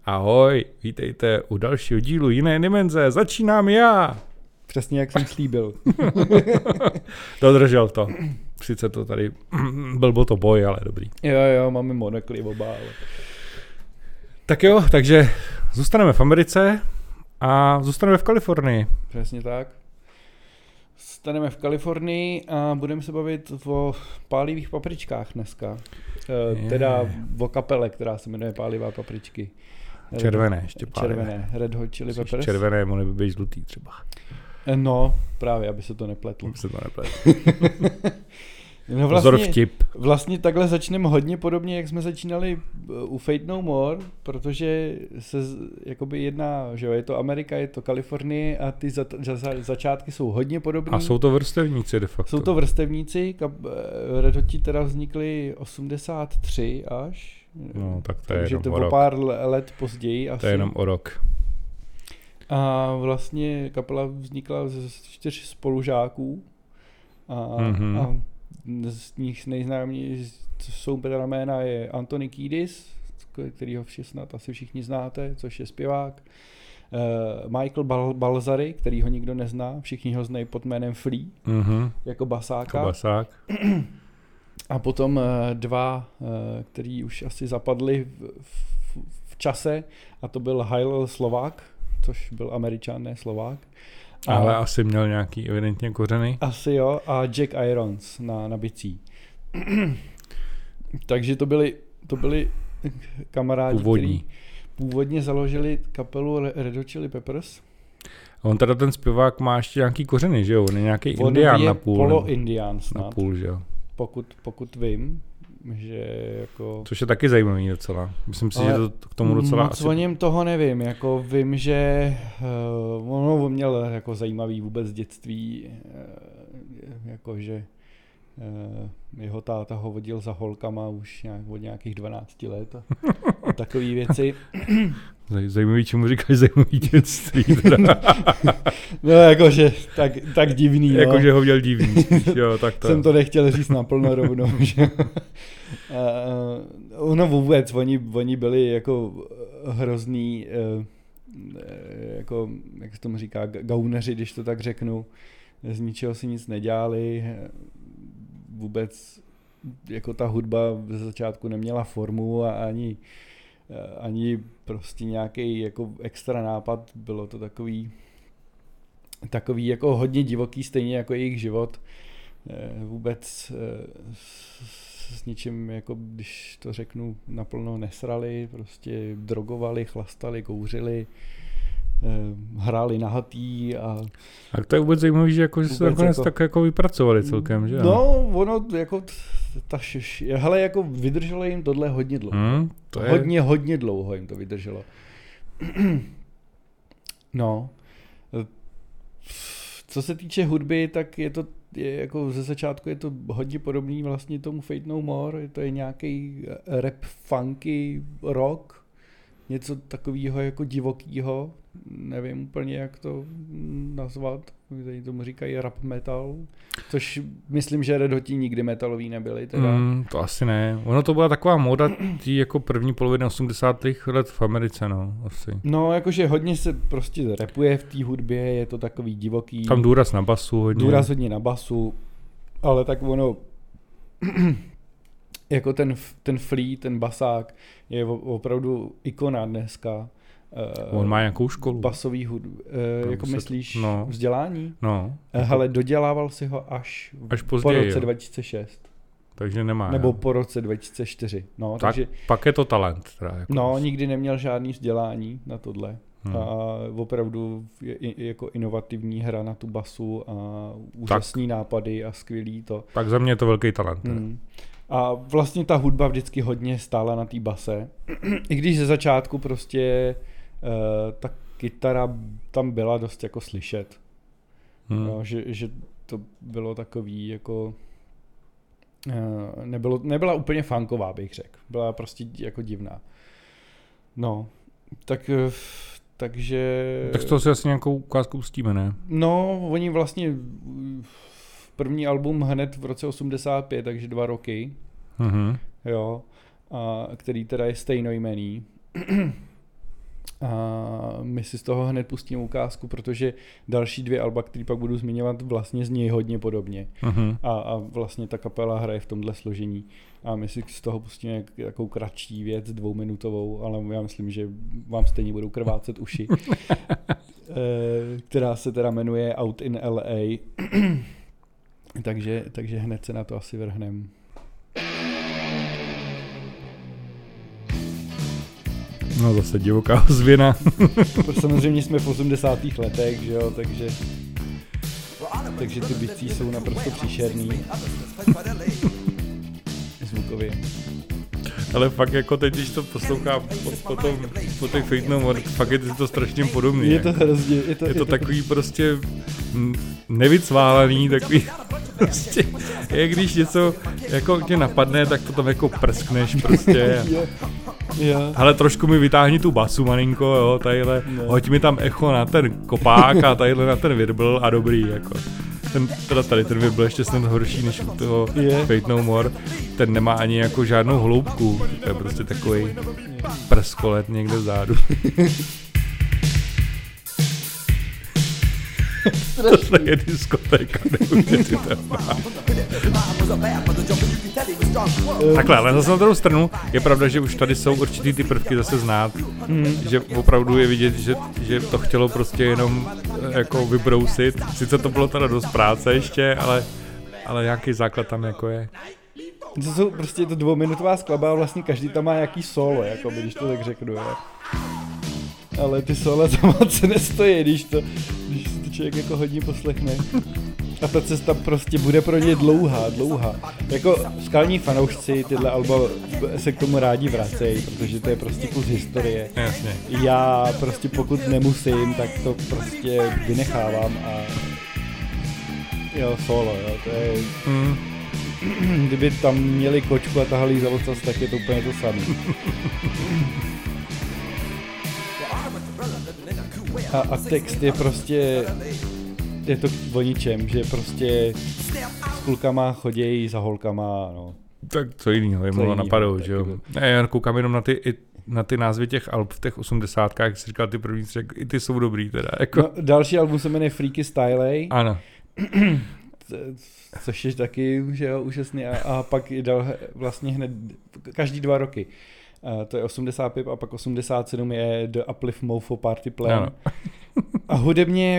Ahoj, vítejte u dalšího dílu Jiné dimenze, začínám já. Přesně jak jsem slíbil. Dodržel to. Sice to tady byl to boj, ale dobrý. Jo, máme monokly oba, ale... Tak jo, takže zůstaneme v Americe a zůstaneme v Kalifornii. Přesně tak. Zůstaneme v Kalifornii a budeme se bavit o pálivých papričkách dneska. Teda o kapele, která se jmenuje Pálivá papričky. Červené, ještě pálivé. Červené, Red Hot Chili Peppers. Červené, mohly by být žlutý třeba. No, právě, aby se to nepletlo. No Pozor vtip. Vlastně takhle začneme hodně podobně, jak jsme začínali u Fate No More, protože se jakoby jedná, že jo, je to Amerika, je to Kalifornie a ty začátky jsou hodně podobné. A jsou to vrstevníci de facto. Jsou to vrstevníci, Red Hoti teda vznikly 83 až. No, tak to je takže jenom to o rok. pár let později asi. To je jenom o rok. A vlastně kapela vznikla ze 4 spolužáků a z nich nejznámější jsou teda jména je Anthony Kiedis, kterýho snad asi všichni znáte, což je zpěvák. Michael Balzary, který ho nikdo nezná, všichni ho znají pod jménem Flea, jako basáka. Jako basák. A potom dva, který už asi zapadli v čase, a to byl Hillel Slovák, což byl Američan, ne Slovák. Ale asi měl nějaký evidentně kořeny. Asi jo, a Jack Irons na bicí. Takže to byli kamarádi, kteří původně založili kapelu Red Hot Chili Peppers. A on teda ten zpěvák má ještě nějaký kořeny, že jo? On je nějaký indián na půl. Polo-indián snad. Na půl, že jo? Pokud vím, že jako... Což je taky zajímavý docela. Myslím si, že to k tomu docela moc asi... o něm toho nevím, jako vím, že on měl jako zajímavý vůbec dětství, jakože jeho táta ho vodil za holkama už od nějakých 12 let a takové věci. Zajímavý, čemu říkáš zajímavý dětství. No jakože tak divný. Jakože ho měl divný. Jo, tak to. Jsem to nechtěl říct naplno rovnou. Že? No vůbec, oni byli jako hrozný, jako, jak se tomu říká, gauneři, když to tak řeknu. Z ničeho si nic nedělali. Vůbec jako ta hudba ze začátku neměla formu a ani prostě nějaký jako extra nápad, bylo to takový jako hodně divoký, stejně jako jejich život. Vůbec s ničím, jako když to řeknu, naplno nesrali, prostě drogovali, chlastali, kouřili, hráli nahatý a to je vůbec zajímavý, že jako, že se nakonec jako, tak jako vypracovali celkem, že? No, ono jako hele, jako vydrželo jim tohle hodně dlouho. Hodně dlouho jim to vydrželo. No. Co se týče hudby, tak je jako ze začátku je to hodně podobný vlastně tomu Fate No More, to je nějaký rap, funky, rock, něco takového jako divokýho, nevím úplně jak to nazvat, tady tomu říkají rap metal, což myslím, že Red Hoti nikdy metalový nebyli teda. To asi ne, ono to byla taková móda tý jako první poloviny 80. let v Americe, no, asi. No, jakože hodně se prostě rapuje v té hudbě, je to takový divoký. Tam důraz na basu hodně. Důraz hodně na basu, ale tak ono, jako ten Flea, ten basák, je opravdu ikona dneska. On má nějakou školu. Basový hudby. Jako myslíš vzdělání? No. Hele, dodělával si ho až později, po roce 2006. Takže nemá. Nebo po roce 2004. No, tak takže, pak je to talent. Teda, jako no, nikdy neměl žádný vzdělání na tohle. A opravdu jako inovativní hra na tu basu a úžasný nápady a skvělý to. Tak za mě je to velký talent. A vlastně ta hudba vždycky hodně stála na té base. I když ze začátku prostě ta kytara tam byla dost jako slyšet. No, že to bylo takový jako nebyla úplně funková, bych řekl. Byla prostě jako divná. No, takže... Tak to si asi nějakou ukázku pustíme, ne? No, oni vlastně první album hned v roce 85, takže 2 roky. Jo, a který teda je stejnojmenný. A my si z toho hned pustíme ukázku, protože další 2 alba, které pak budu zmiňovat, vlastně zní hodně podobně. A vlastně ta kapela hraje v tomhle složení. A my si z toho pustíme takovou kratší věc, 2minutovou, ale já myslím, že vám stejně budou krvácet uši. Která se teda jmenuje Out in LA. takže hned se na to asi vrhnem. No zase divoká ozvěna. Samozřejmě jsme v 80. letech, že jo, takže ty bicí jsou naprosto příšerný. Zvukově. Ale fakt jako teď, když to poslouchám po těch Fate No More, fakt je to strašně podobný. Je to hrozně. Je to takový prostě nevycválený, takový prostě, je když něco jako tě napadne, tak to tam jako prskneš prostě. Ale trošku mi vytáhni tu basu malinko, jo, tadyhle, hoď mi tam echo na ten kopák a tadyhle na ten virbl a dobrý, jako. Tady ten virbl ještě snad horší než u toho Fate No More, ten nemá ani jako žádnou hloubku, to je prostě takový prskolet někde vzadu. To je diskotéka, neuvěřitelná. Takhle, ale zase na druhou stranu je pravda, že už tady jsou určitý ty prvky zase znát, že opravdu je vidět, že to chtělo prostě jenom jako vybrousit. Sice to bylo teda dost práce ještě, ale nějaký základ tam jako je. To jsou prostě to 2minutová skladba a vlastně každý tam má nějaký solo, jako když to tak řeknu. Je. Ale ty solo za moc nestojí, když to člověk jako hodně poslechne. A ta cesta prostě bude pro ně dlouhá. Jako skalní fanoušci tyhle alba se k tomu rádi vracejí, protože to je prostě kus historie. Jasně. Já prostě pokud nemusím, tak to prostě vynechávám a jo, solo, jo, to je... Kdyby tam měli kočku a tahali za ocas, tak je to úplně to samé. A text je prostě, je to o ničem, že prostě s klukama chodějí za holkama, no. Tak co jinýho, je mohlo napadou, že jo. Já koukám jenom na ty názvy těch alb v těch 80kách, jak jsi říkal ty první tři, i ty jsou dobrý teda. Jako. No, další album se jmenuje Freaky Style. Ano. Což je taky, že jo, úžasný a pak dal vlastně hned každý 2 roky. To je 85 a pak 87 je The Uplift Mofo Party Plan. Ano. A hudebně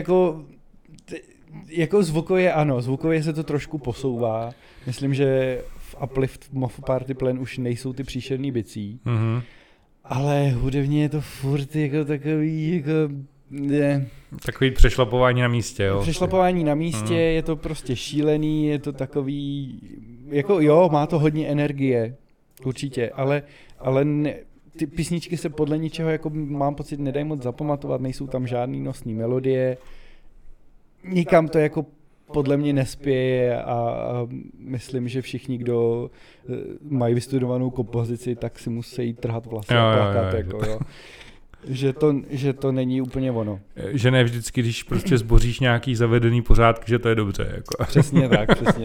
jako zvukově ano, zvukově se to trošku posouvá. Myslím, že v Uplift Mofo Party Plan už nejsou ty příšerný bicí. Ale hudebně je to furt jako takový jako... Je. Takový přešlapování na místě, jo. Přešlapování na místě, je to prostě šílený, je to takový, jako jo, má to hodně energie, určitě, ale ne, ty písničky se podle ničeho, jako mám pocit, nedají moc zapamatovat, nejsou tam žádný nosný melodie, nikam to jako podle mě nespěje a myslím, že všichni, kdo mají vystudovanou kompozici, tak si musí trhat vlasy a plakat, jako jo. Že to není úplně ono. Že ne vždycky, když prostě zboříš nějaký zavedený pořádky, že to je dobře. Jako. Přesně tak.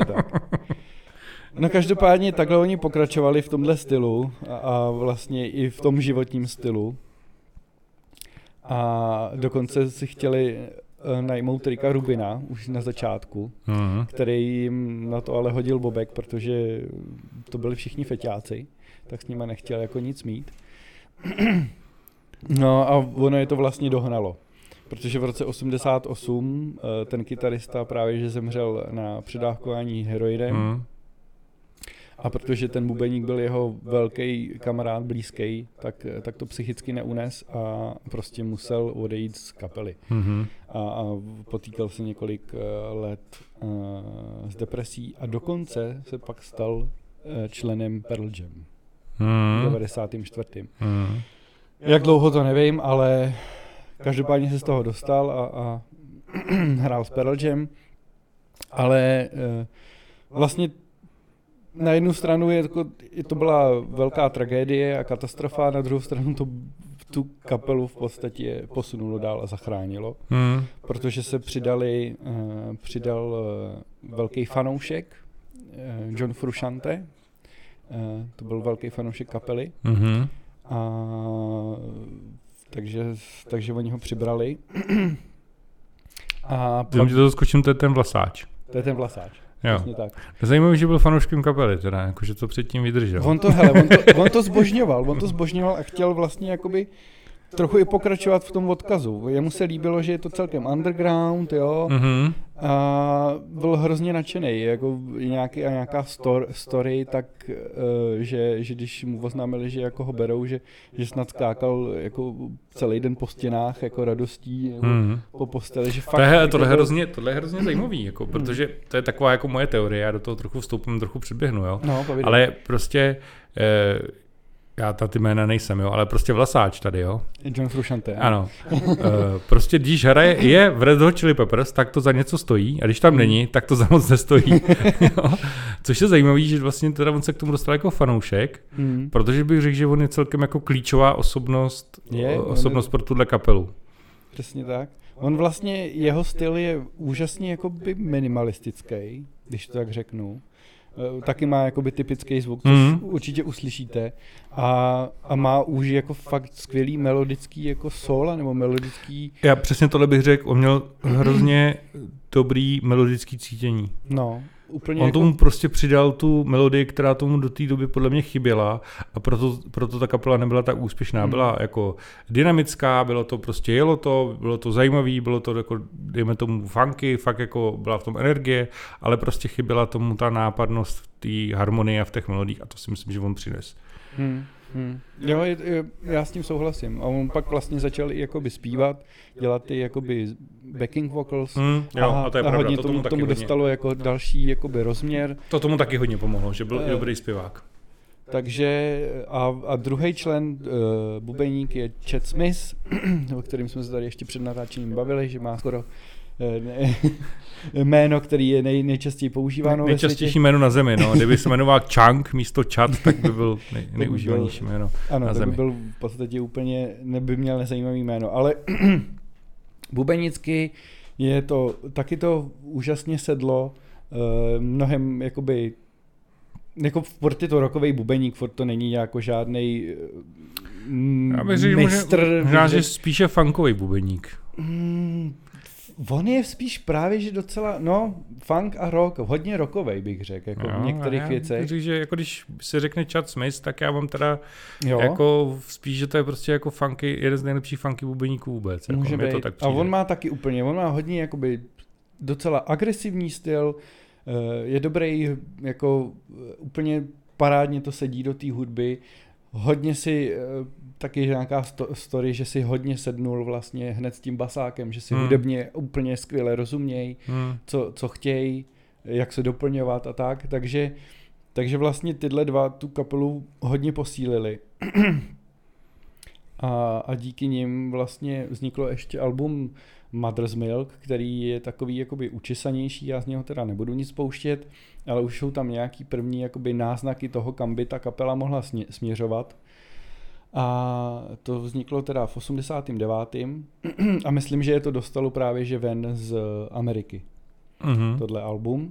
No každopádně takhle oni pokračovali v tomhle stylu a vlastně i v tom životním stylu. A dokonce si chtěli najmout Ricka Rubina už na začátku, který jim na to ale hodil bobek, protože to byli všichni feťáci, tak s nima nechtěl jako nic mít. No a ono je to vlastně dohnalo, protože v roce 88 ten kytarista právě že zemřel na předávkování heroidem a protože ten bubeník byl jeho velký kamarád, blízký, tak to psychicky neunes a prostě musel odejít z kapely. A potýkal se několik let s depresí a dokonce se pak stal členem Pearl Jam v 94. Jak dlouho to nevím, ale každopádně se z toho dostal a hrál s Pearl Jam, ale vlastně na jednu stranu to byla velká tragédie a katastrofa, na druhou stranu tu kapelu v podstatě posunulo dál a zachránilo, protože se přidal velký fanoušek, John Frusciante, to byl velký fanoušek kapely, a takže oni ho přibrali. A pak... to skočím, to je ten Vlasáč. To je ten Vlasáč. Jo. Tak. Zajímavé, že byl fanouškem kapely, teda, jakože to předtím vydržel. On to zbožňoval a chtěl vlastně jakoby trochu i pokračovat v tom odkazu. Jemu se líbilo, že je to celkem underground, jo, a byl hrozně nadšenej, jako nějaká story, tak, že když mu oznámili, že jako ho berou, že snad skákal jako celý den po stěnách, jako radostí, po posteli, že fakt... Tohle je hrozně zajímavý, jako, protože to je taková jako moje teorie, já do toho trochu vstoupím, trochu předběhnu, jo, ale prostě... Já ty jména nejsem, jo, ale prostě Vlasáč tady, jo. John Frusciante. Ano. Prostě když je v Red Hot Chili Peppers, tak to za něco stojí, a když tam není, tak to za moc nestojí. Což je zajímavý, že vlastně teda on se k tomu dostal jako fanoušek, protože bych řekl, že on je celkem jako klíčová osobnost pro tuhle kapelu. Přesně tak. On vlastně, jeho styl je úžasně jakoby minimalistický, když to tak řeknu. Taky má jakoby typický zvuk, což určitě uslyšíte. A má už jako fakt skvělý melodický jako sóla, nebo melodický... Já přesně tohle bych řekl, on měl hrozně dobrý melodický cítění. No, úplně on tomu prostě přidal tu melodii, která tomu do té doby podle mě chyběla, a proto ta kapela nebyla tak úspěšná. Byla jako dynamická, bylo to zajímavý, bylo to jako, dejme tomu funky, fakt jako byla v tom energie, ale prostě chyběla tomu ta nápadnost v té harmonii a v těch melodích, a to si myslím, že on přines. Jo, já s tím souhlasím. A on pak vlastně začal i jakoby zpívat, dělat ty jakoby backing vocals, a to je pravda, hodně tomu dostalo jako další jakoby rozměr. To tomu taky hodně pomohlo, že byl dobrý zpěvák. Takže a druhý člen bubeník je Chad Smith, o kterým jsme se tady ještě před natáčením bavili, že má skoro jméno, který je nejčastěji používáno ve světě. Nejčastější jméno na zemi, no. Kdyby se jmenoval Chunk místo Chad, tak by byl nejužívanější jméno na zemi. Ano, by byl v podstatě úplně, neby měl nezajímavý jméno, ale bubenicky je to, taky to úžasně sedlo, mnohem jakoby, jako furt je to rockovej bubeník, furt to není jako žádnej mistr. Možná, že spíše funkový bubeník. On je spíš právě, že docela, funk a rock, hodně rockovej bych řekl, jako v některých věcech. Takže jako když se řekne Chad Smith, tak já mám teda jako spíš, že to je prostě jako funky, jeden z nejlepších funky bubeníků vůbec. Jako může být. To tak a on má taky úplně, on má hodně jakoby docela agresivní styl, je dobrý, jako úplně parádně to sedí do té hudby, hodně si, taky nějaká story, že si hodně sednul vlastně hned s tím basákem, že si hudebně úplně skvěle rozumějí, co chtějí, jak se doplňovat a tak, takže vlastně tyhle dva tu kapelu hodně posílili. A díky nim vlastně vzniklo ještě album Mother's Milk, který je takový jakoby učesanější, já z něho teda nebudu nic pouštět, ale už jsou tam nějaký první jakoby náznaky toho, kam by ta kapela mohla směřovat. A to vzniklo teda v 89. a myslím, že je to dostalo právě že ven z Ameriky, tohle album.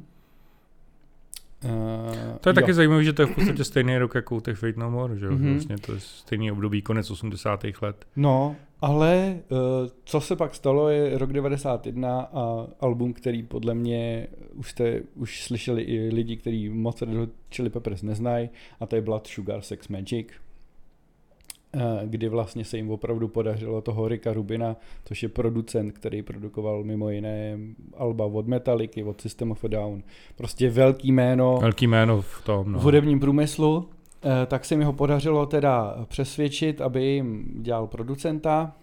To je taky zajímavé, že to je v podstatě stejný rok jako u těch Fate No More, že vlastně to je stejný období, konec 80. let. No, ale co se pak stalo je rok 91 a album, který podle mě už slyšeli i lidi, kteří moc Red Hot Chili Peppers neznají, a to je Blood Sugar Sex Magik, kdy vlastně se jim opravdu podařilo toho Ricka Rubina, což je producent, který produkoval mimo jiné alba od Metallicy, od System of a Down. Prostě velký jméno v tom, v hudebním průmyslu. Tak se mi ho podařilo teda přesvědčit, aby jim dělal producenta.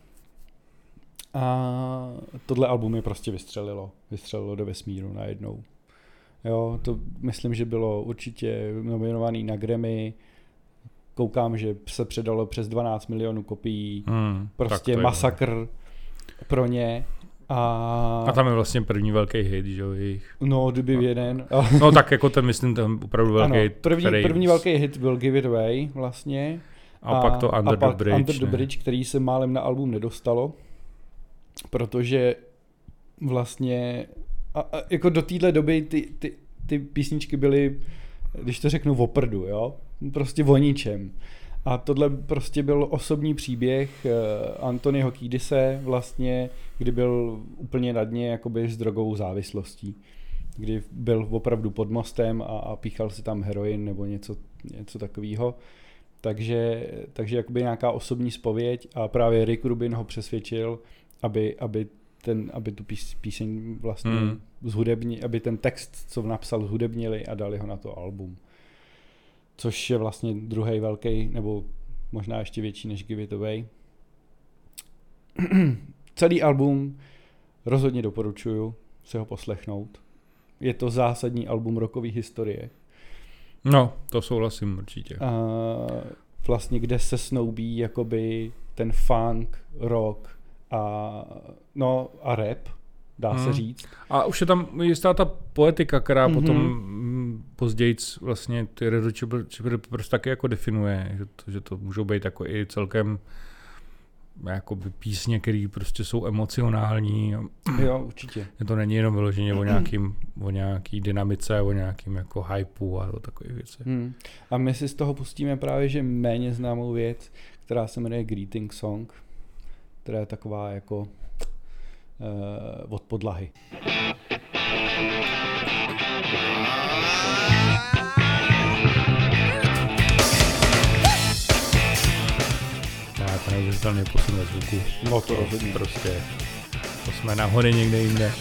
A tohle album je prostě vystřelilo do vesmíru najednou. Jo, to myslím, že bylo určitě nominovaný na Grammy. Koukám, že se předalo přes 12 milionů kopií. Prostě masakr pro ně. A tam je vlastně první velký hit, že jo, jejich. No, kdyby jeden. No tak jako ten, myslím, tam opravdu velký hit. První velký hit byl Give It Away vlastně. A pak to Under the Bridge, který se málem na album nedostalo, protože vlastně jako do téhle doby ty písničky byly, když to řeknu, v oprdu, jo, prostě o ničem. A tohle prostě byl osobní příběh Anthonyho Kiedise vlastně, kdy byl úplně na dně jakoby s drogovou závislostí. Kdy byl opravdu pod mostem a píchal si tam heroin nebo něco takového. Takže jakoby nějaká osobní zpověď a právě Rick Rubin ho přesvědčil, aby tu píseň vlastně aby ten text, co napsal, zhudebnili a dali ho na to album. Což je vlastně druhý velký, nebo možná ještě větší než Give It Away. Celý album rozhodně doporučuju si ho poslechnout. Je to zásadní album rockové historie. No, to souhlasím určitě. Vlastně kde se snoubí jakoby ten funk, rock a rap, dá se říct. A už je tam jistá ta poetika, která potom později vlastně ty Red Hot Chili Peppers taky jako definuje, že to můžou být jako i celkem jakoby písně, které prostě jsou emocionální. Jo, určitě. To není jenom vyloženě o nějaký dynamice, o nějakým jako hypeu a o takových věcech. A my si z toho pustíme právě, že méně známou věc, která se jmenuje Greeting Song, která je taková jako od podlahy. To neuvěřitelný posun ve zvuku. No to rozhodně. Prostě to jsme nahoře někde jinde.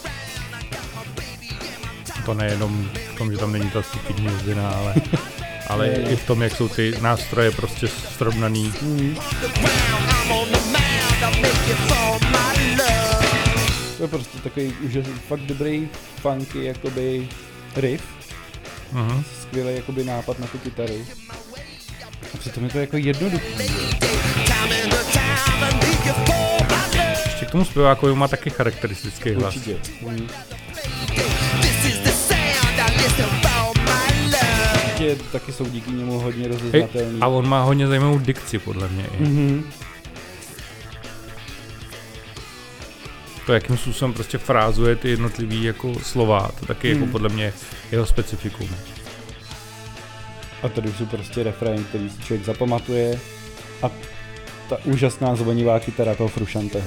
To nejenom v tom, že tam není ta stupidní jezdina, ale i v tom, jak jsou ty nástroje prostě srovnaný. To je prostě takový už fakt dobrý funky jakoby riff. Skvělý jakoby nápad na tu kytaru. A přitom je to jako jednoduchý. Ještě k tomu zpěvákovi má taky charakteristický hlas. Určitě. Taky jsou díky němu hodně rozeznatelný. A on má hodně zajímavou dikci, podle mě. To, jakým způsobem prostě frázuje ty jednotlivý jako slova, to taky jako podle mě jeho specifikum. A tady jsou prostě refrén, který si člověk zapamatuje a ta úžasná zvonivá kytara toho Fruscianteho.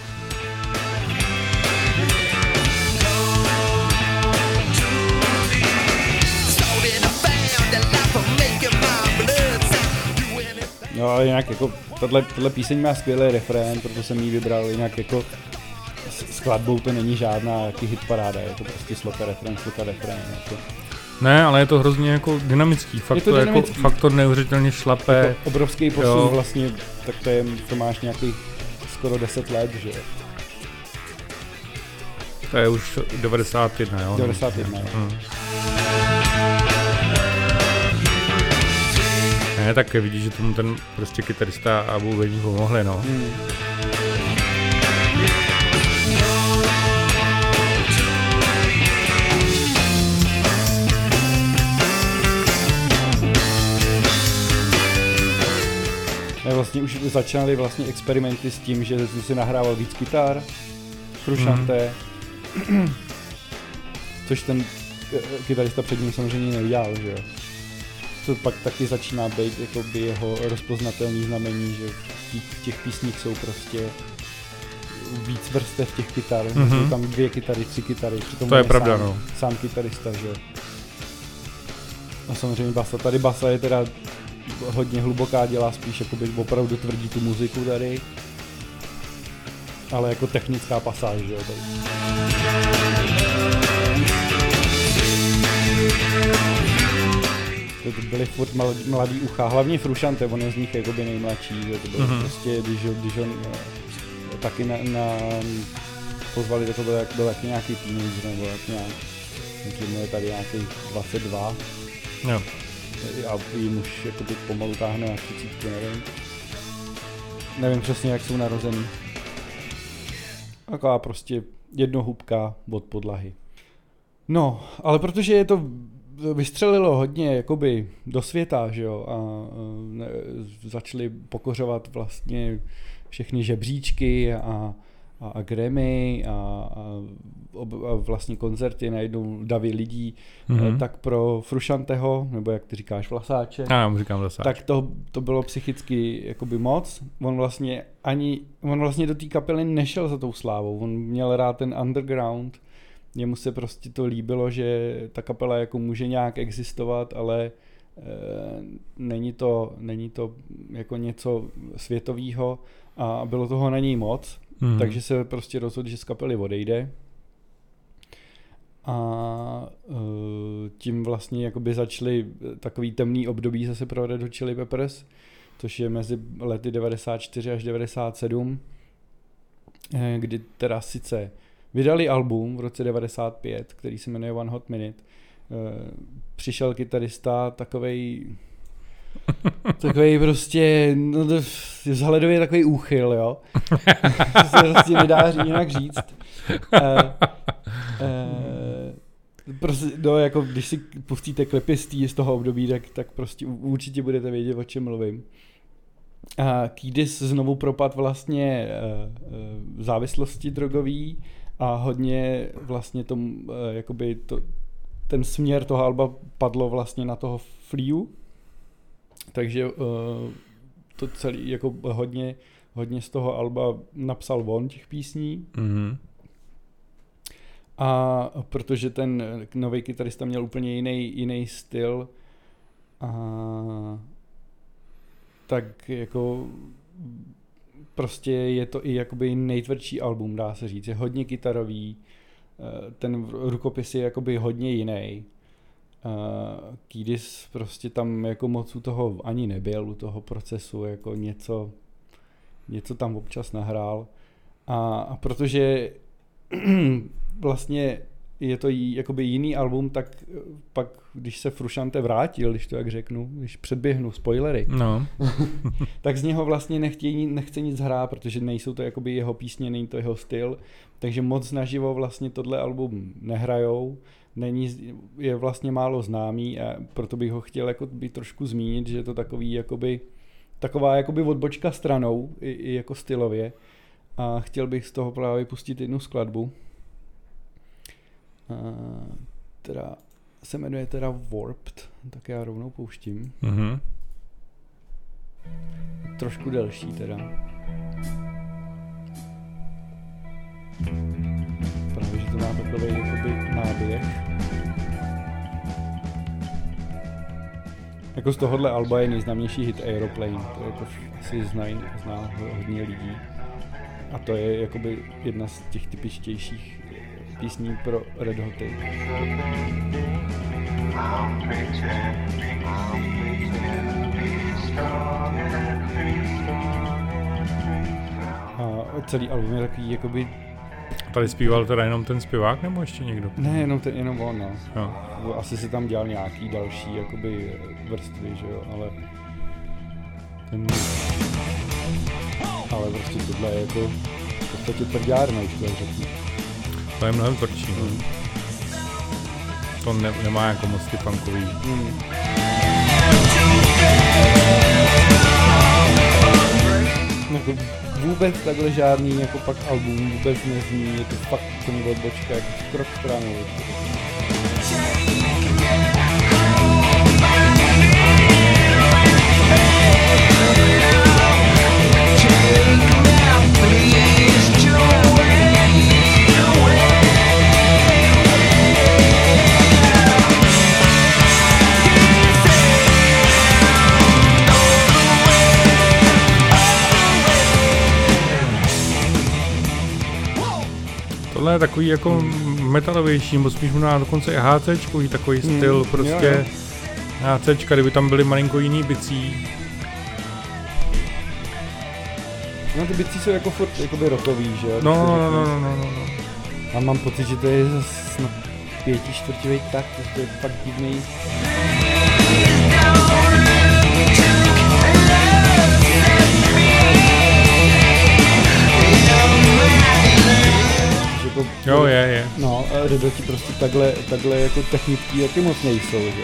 No ale jinak jako tohle píseň má skvělý refrén, proto jsem ji vybral, jinak jako skladbou to není žádná jaký hitparáda, je to prostě sloka refrén. Jako. Ne, ale je to hrozně jako dynamický, fakt to neuvěřitelně šlape. Jako obrovský posun vlastně, tak to máš nějakých skoro 10 let, že jo. To je už 91, jo? 91, jo. Ne, tak vidíš, že tomu ten prostě kytarista a bubeník pomohli, no. Vlastně už začaly vlastně experimenty s tím, že si nahrával víc kytar, Frusciante, což ten kytarista před ním samozřejmě neudělal, že jo. To pak taky začíná být jakoby jeho rozpoznatelný znamení, že v těch písních jsou prostě víc vrstev těch kytar, jsou tam 2 kytary, 3 kytary, přitom to je pravda, sám kytarista, že jo. A samozřejmě basa, tady basa je teda hodně hluboká, dělá spíš jakoby opravdu tvrdí tu muziku tady, ale jako technická pasáž, že jo, tady. To byly furt mladý ucha, hlavně Frusciante, on je z nich jakoby nejmladší, že to bylo prostě, když on taky pozvali do toho, byl taky nějaký teenager, nebo jak nějak, myslím, je tady nějaký 22. Jo. A jim už jako teď pomalu táhne na 30, nevím přesně, jak jsou narozený. Taková prostě jednohubka od podlahy. No, ale protože je to vystřelilo hodně jakoby do světa, že jo, a začali pokořovat vlastně všechny žebříčky a a Grammy a vlastně koncerty najednou davy lidí, tak pro Fruscianteho, nebo jak ty říkáš, Vlasáče, já mu říkám Vlasáč. Tak to bylo psychicky jakoby moc. On vlastně do té kapely nešel za tou slávou, on měl rád ten underground, jemu se prostě to líbilo, že ta kapela jako může nějak existovat, ale není to jako něco světového a bylo toho na něj moc, takže se prostě rozhodl, že z kapely odejde. A tím vlastně jakoby začaly takový temný období zase pro Red Hot Chili Peppers, což je mezi lety 94 až 97, kdy teda sice vydali album v roce 95, který se jmenuje One Hot Minute. Přišel kytarista takovej prostě, no vzhledově takový úchyl, jo. To se prostě nedá jinak říct. Prostě, no, jako když si pustíte klipy z toho období, tak prostě určitě budete vědět, o čem mluvím. Kiedis znovu propad vlastně závislosti drogový a hodně vlastně jakoby ten směr toho alba padlo vlastně na toho Flea, takže to celý jako hodně z toho alba napsal on těch písní. A protože ten nový kytarista měl úplně jiný styl, tak jako prostě je to i jakoby nejtvrdší album, dá se říct. Je hodně kytarový, ten rukopis je jakoby hodně jiný. Kiedis prostě tam jako moc u toho ani nebyl, u toho procesu, jako něco tam občas nahrál. A protože vlastně je to jakoby jiný album, tak pak, když se Frusciante vrátil, když to jak řeknu, když předběhnu spoilery, no. tak z něho vlastně nechce nic hrát, protože nejsou to jakoby jeho písně, není to jeho styl, takže moc naživo vlastně tohle album nehrajou, je vlastně málo známý a proto bych ho chtěl jako by trošku zmínit, že je to taková jakoby odbočka stranou, i jako stylově, a chtěl bych z toho právě pustit jednu skladbu, která se jmenuje teda Warped, tak já rovnou pouštím. Trošku delší teda. Právě, že to má takový jakoby náběh. Jako z tohohle alba je nejznámější hit Aeroplane, to jako asi zná hodně lidí. A to je jakoby jedna z těch typičtějších písní pro Red Hoty. A celý album je takový jakoby... Tady zpíval teda jenom ten zpěvák nebo ještě někdo? Ne, jenom on, no. Jo. Asi se tam dělal nějaký další jakoby vrstvy, že jo, ale... Ale prostě tohle je jako v podstatě tvrdárna, už to je řeknu. To je mnohem tvrdší. To nemá jako moc ty punkový. Jako vůbec takhle žádný jako pak album vůbec nezní, je to fakt úplný odbočka, jako krok stranou. Tohle je takový jako metalovější, nebo spíš možná dokonce i HCčkový takový styl, prostě HCčka, kdyby tam byly malinko jiný bicí. No ty bicí jsou jako furt jakoby rockový, že? No. A mám pocit, že to je zase na 5/4 takt, to je fakt divný. Jo, je. No, Red Hoti prostě takhle jako technický taky moc nejsou, že?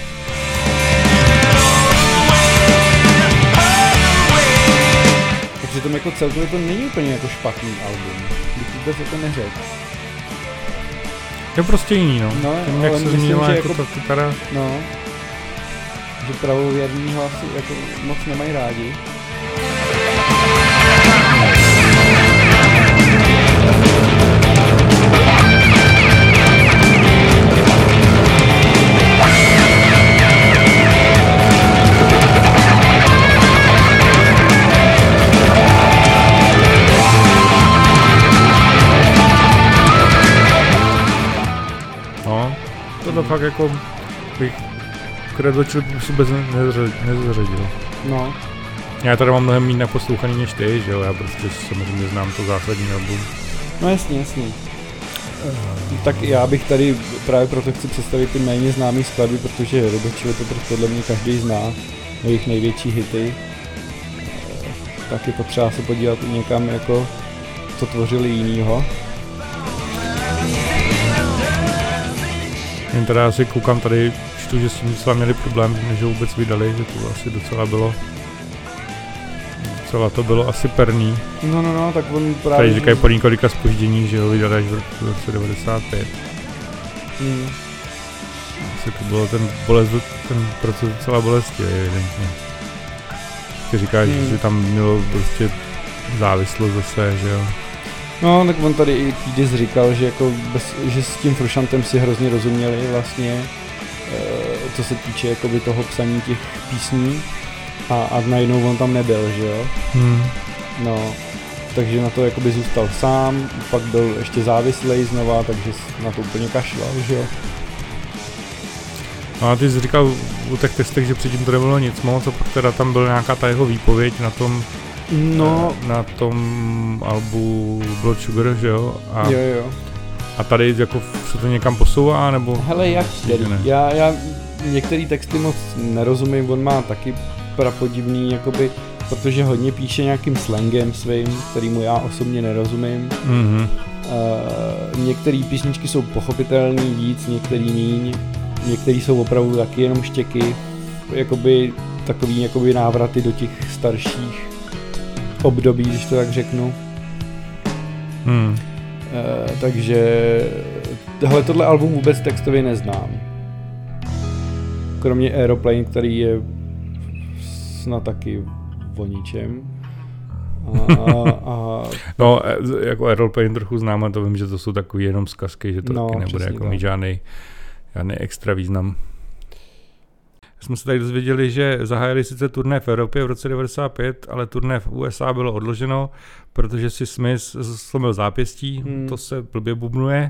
Takže přitom jako celkově to není úplně jako špatný album, bych vůbec jako neřekl. Je prostě jiný, no. Tím, jak se změnila jako ta kytara. No, že pravověrný hlasy jako moc nemají rádi. To fakt jako bych Kredočil vůbec nezařadil. No. Já tady mám mnohem méně naposlouchaný než ty, že jo, já prostě samozřejmě znám to zásadní album. No jasně. Tak já bych tady právě proto chci představit ty méně známý skladby, protože Redočil to podle mě každý zná, jejich největší hity. Tak je potřeba se podívat i někam, jako, co tvořili jinýho. Jen teda asi koukám tady, čtu, že s tím docela měli problém, než ho vůbec vydali, že to asi docela to bylo asi perný. No, tak on právě... Tady říkají po několika zpoždění, že ho vydali až v roce 95. Asi to bylo ten proces docela bolestivý, evidentně. Ty říkáš, že si tam mělo prostě závislost zase, že jo? No, tak on tady i Kiedis říkal, že, jako že s tím Frusciantem si hrozně rozuměli vlastně, co se týče jakoby toho psaní těch písní a najednou on tam nebyl, že jo? No, takže na to jakoby zůstal sám, pak byl ještě závislej znova, takže na to úplně kašlal, že jo? No a ty jsi říkal u těch testech, že předtím to nebylo nic moc a pak teda tam byla nějaká ta jeho výpověď na tom albu Blood Sugar, že jo? Jo. A tady jako se to někam posouvá, nebo? Hele, jak já některé texty moc nerozumím, on má taky prapodivný, jakoby, protože hodně píše nějakým slangem svým, kterýmu já osobně nerozumím. Některé písničky jsou pochopitelný víc, některý míň, některé jsou opravdu taky jenom štěky, jakoby takový jakoby návraty do těch starších období, když to tak řeknu. Takže tohle album vůbec textově neznám. Kromě Aeroplane, který je snad taky o ničem. No, jako Aeroplane trochu znám, a to vím, že to jsou takový jenom zkazky, že to taky nebude jako mít žádný extra význam. Jsme se tady dozvěděli, že zahájili sice turné v Evropě v roce 95, ale turné v USA bylo odloženo, protože si Smith zlomil zápěstí, to se blbě bubnuje.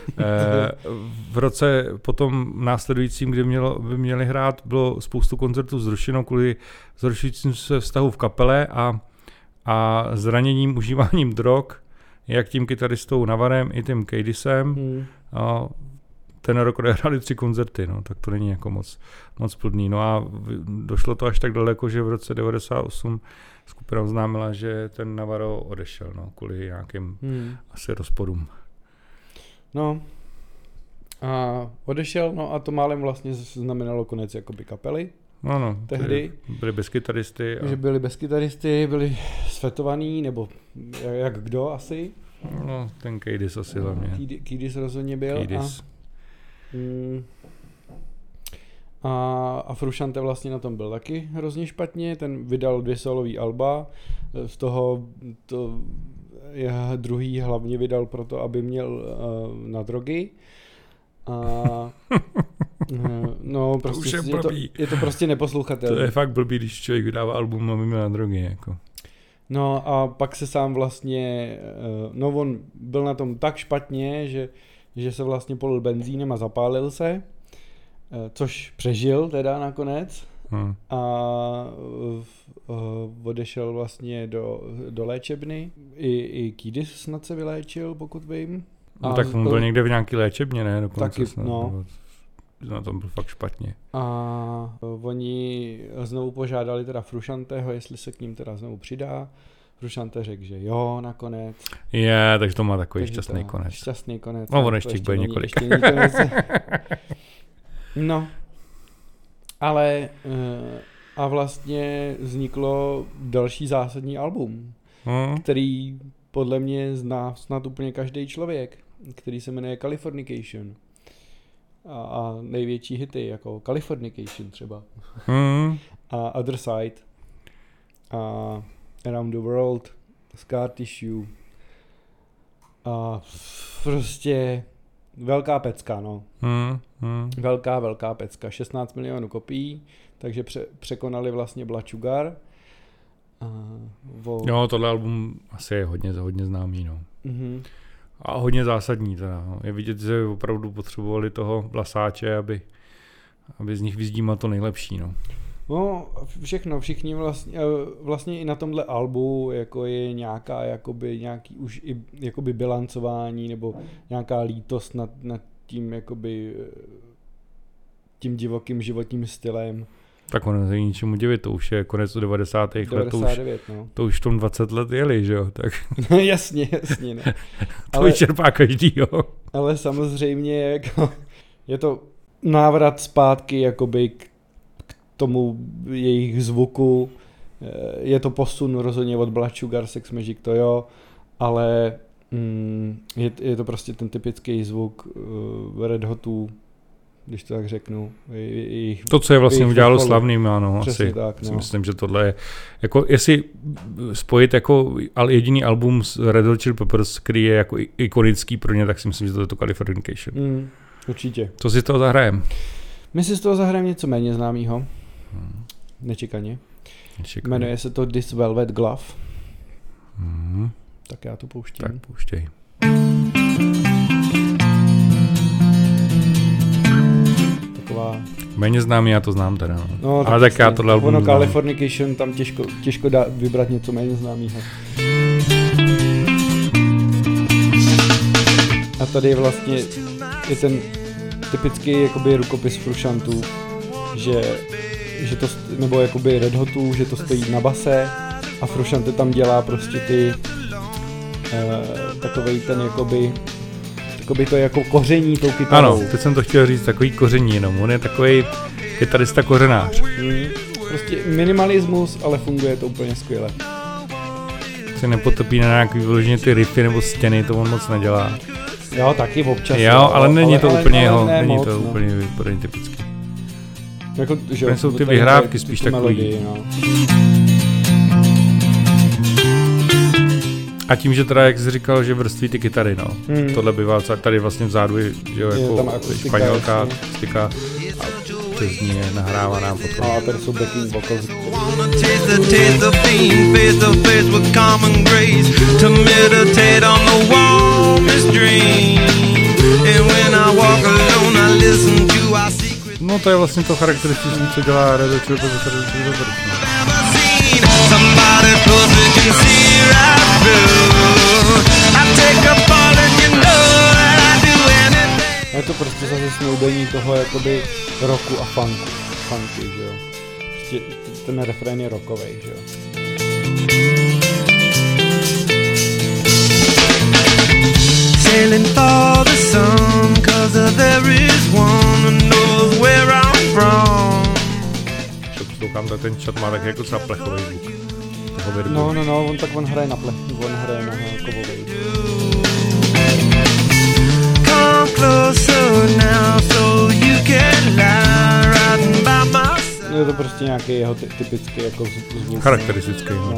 V roce potom následujícím, kdy by měli hrát, bylo spoustu koncertů zrušeno kvůli zhoršujícím se vztahu v kapele a zraněním užíváním drog, jak tím kytaristou Navarem i tím Kiedisem. Ten rok odehráli 3 koncerty, no, tak to není jako moc plodný. No a došlo to až tak daleko, že v roce 98 skupina oznámila, že ten Navarro odešel, no, kvůli nějakým asi rozporům. No a odešel, no a to málem vlastně znamenalo konec jakoby kapely. No, tehdy. Byli bez kytaristy. Že byli bez kytaristy, byli svetovaný, nebo jak kdo asi. No, ten Kiedis asi hlavně. Kiedis rozhodně byl. Kiedis. A Frusciante vlastně na tom byl taky hrozně špatně, ten vydal 2 solový alba, z toho druhý hlavně vydal proto, aby měl na drogy. No, prostě je to prostě neposlouchatelné. To je fakt blbý, když člověk vydává album, aby měl na drogy, jako. No a pak se sám vlastně, on byl na tom tak špatně, že se vlastně polil benzínem a zapálil se, což přežil teda nakonec a odešel vlastně do léčebny. I Kiedis snad se vyléčil, pokud vím. No, tak on byl někde v nějaký léčebně, ne? Dokonce taky, snad, na tom byl fakt špatně. A oni znovu požádali teda Fruscianteho, jestli se k ním teda znovu přidá. Frusciante řekl, že jo, nakonec. Takže to má takový šťastný konec. Šťastný konec. No, on ještě bude několik. No, ale a vlastně vzniklo další zásadní album. který podle mě zná snad úplně každý člověk, který se jmenuje Californication. A největší hity, jako Californication třeba. A Other Side. A Around the World. Scar Tissue. A prostě velká pecka, no. Velká pecka. 16 milionů kopií, takže překonali vlastně Blood Sugar. Jo, tohle album asi je hodně známý, no. A hodně zásadní teda. No. Je vidět, že opravdu potřebovali toho vlasáče, aby z nich vyzdímal to nejlepší, no. No, všichni vlastně i na tomhle albu jako je nějaká nějaký už i jakoby bilancování nebo nějaká lítost nad tím jakoby tím divokým životním stylem. Tak ono se ničemu divit, to už je konec 90. let, to už v tom 20 let jeli, že jo, tak. jasně, no. To vyčerpá každýho. Ale samozřejmě jako, je to návrat zpátky jakoby k tomu jejich zvuku, je to posun rozhodně od Blood Sugar, Sex Magic, to jo, ale je to prostě ten typický zvuk Red Hotů, když to tak řeknu. To, co je vlastně udělalo slavným, ano, asi. Tak, no. Myslím, že tohle je, jako jestli spojit jako jediný album s Red Hot Chili Peppers, který je jako ikonický pro ně, tak si myslím, že to je to Californication. Určitě. Co si z toho zahrajeme? My si z toho zahrajeme něco méně známýho. Nečekaně. Jmenuje se to This Velvet Glove. Tak já to pouštím. Tak pouštěj. Méně známý, já to znám teda. No, ale tak já tohle album znám. Californication, tam těžko dá vybrat něco méně známýho. A tady vlastně je ten typický jakoby rukopis Frusciantů, že to, nebo jakoby Red Hotů, že to stojí na base a Frusciante tam dělá prostě ty takovej ten jakoby to jako koření tou kytarou. Ano, teď jsem to chtěl říct, takový koření jenom, on je takovej kytarista kořenář. Prostě minimalismus, ale funguje to úplně skvěle. Se nepotopí na nějaký vyloženě ty riffy nebo stěny, to on moc nedělá. Jo, taky občas. Jo, ale není to úplně jeho, není to úplně typický. Jako, že jsou ty vyhrávky spíš takový. Melodii, no. A tím, že teda, jak jsi říkal, že vrství ty kytary, no. Tohle bývá tady vlastně vzadu, že jo, jako španělka, stika a přes ní je nahrávaná potom. A tady jsou backing vocals. No to je vlastně to charakteristické, co dělá Red Hot Chili Peppers. Je to prostě zase snoubení toho jakoby rocku a funky, že jo. Prostě ten refrén je rockovej, že jo. Sailing for the sun, 'cause there is one who knows where I'm from. Poslouchám, tak ten chat má tak jako třeba plechový zvuk. No, on hraje na plech, on hraje na kovovej. Come closer now so you can lie right by my side. Je to prostě nějaký jeho typický jako zvuk. Charakteristický, no.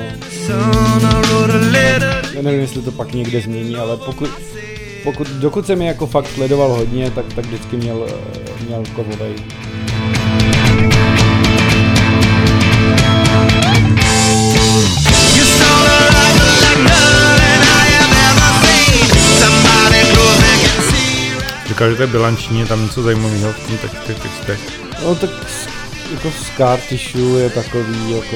Já nevím, jestli to pak někde změní, ale dokud jsem je jako fakt sledoval hodně, tak vždycky měl kovovej. Říkal, že to je bilanční, je tam něco zajímavého v těch textech. No tak jako Scar Tissue je takový jako...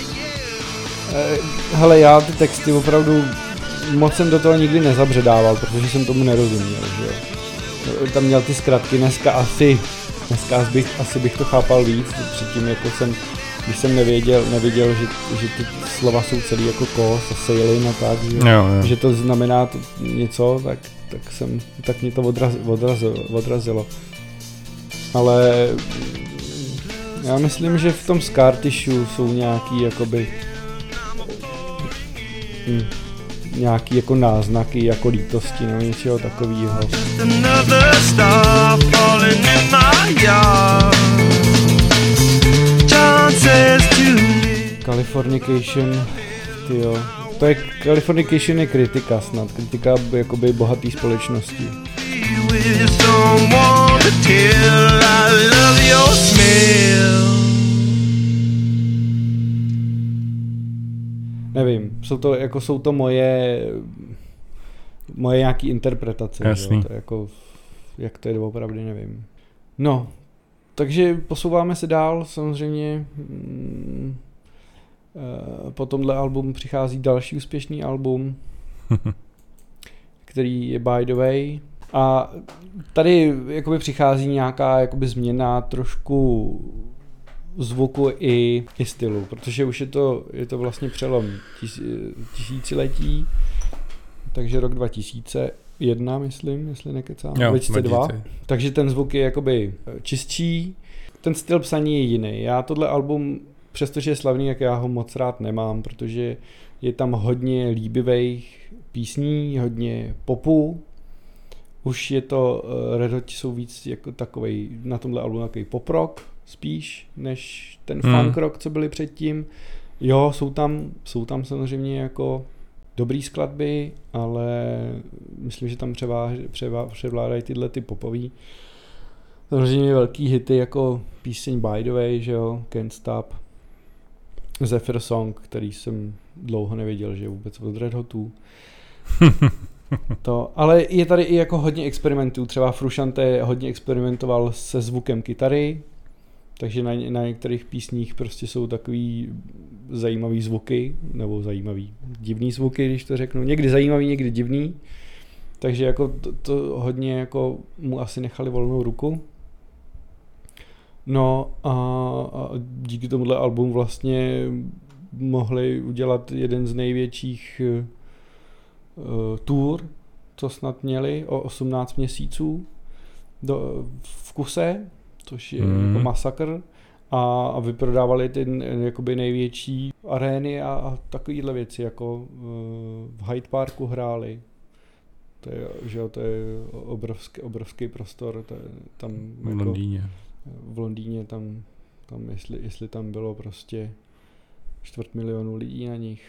Hele, já ty texty opravdu moc jsem do toho nikdy nezabředával, protože jsem tomu nerozuměl, že jo. Tam měl ty zkratky, dneska asi bych to chápal víc, předtím jako když jsem nevěděl, že ty slova jsou celý jako kos a sailin a tak, že to znamená něco, tak mě to odrazilo. Ale já myslím, že v tom Scar Tissue jsou nějaký jakoby nějaký jako náznaky jako lítosti nebo něčeho takového. Californication, tyjo. To je Californication je kritika snad, kritika jakoby bohatý společnosti. Nevím, jsou to moje nějaký interpretace. Jasný. To jako, jak to je doopravdy, nevím. No, takže posouváme se dál, samozřejmě. Po tomhle albumu přichází další úspěšný album, který je By the Way. A tady jakoby přichází nějaká jakoby změna trošku zvuku i stylu, protože už je to vlastně přelom tisíciletí, takže rok 2001, myslím, jestli nekecám, 2002. Takže ten zvuk je jakoby čistší, ten styl psaní je jiný. Já tohle album, přestože je slavný, jak já ho moc rád nemám, protože je tam hodně líbivých písní, hodně popu. Už je to, Red Hot jsou víc jako takovej, na tomhle albumu takový pop rock spíš, než ten funk rock, co byli předtím. Jo, jsou tam samozřejmě jako dobrý skladby, ale myslím, že tam převládají tyhle ty popový. Samozřejmě velký hity jako píseň By the Way, že jo, Can't Stop, Zephyr Song, který jsem dlouho nevěděl, že je vůbec od Red Hotů. Ale je tady i jako hodně experimentů, třeba Frusciante hodně experimentoval se zvukem kytary, takže na některých písních prostě jsou takový zajímavý zvuky, nebo divný zvuky, když to řeknu, někdy zajímavý, někdy divný, takže jako to hodně jako mu asi nechali volnou ruku. No a díky tomuhle albumu vlastně mohli udělat jeden z největších tour, co snad měli, o 18 měsíců v kuse, což je jako masakr, a vyprodávali ty jakoby největší arény a takovýhle věci, jako v Hyde Parku hráli. To je obrovský prostor, tam v Londýně. V Londýně tam jestli tam bylo prostě 250 000 lidí na nich.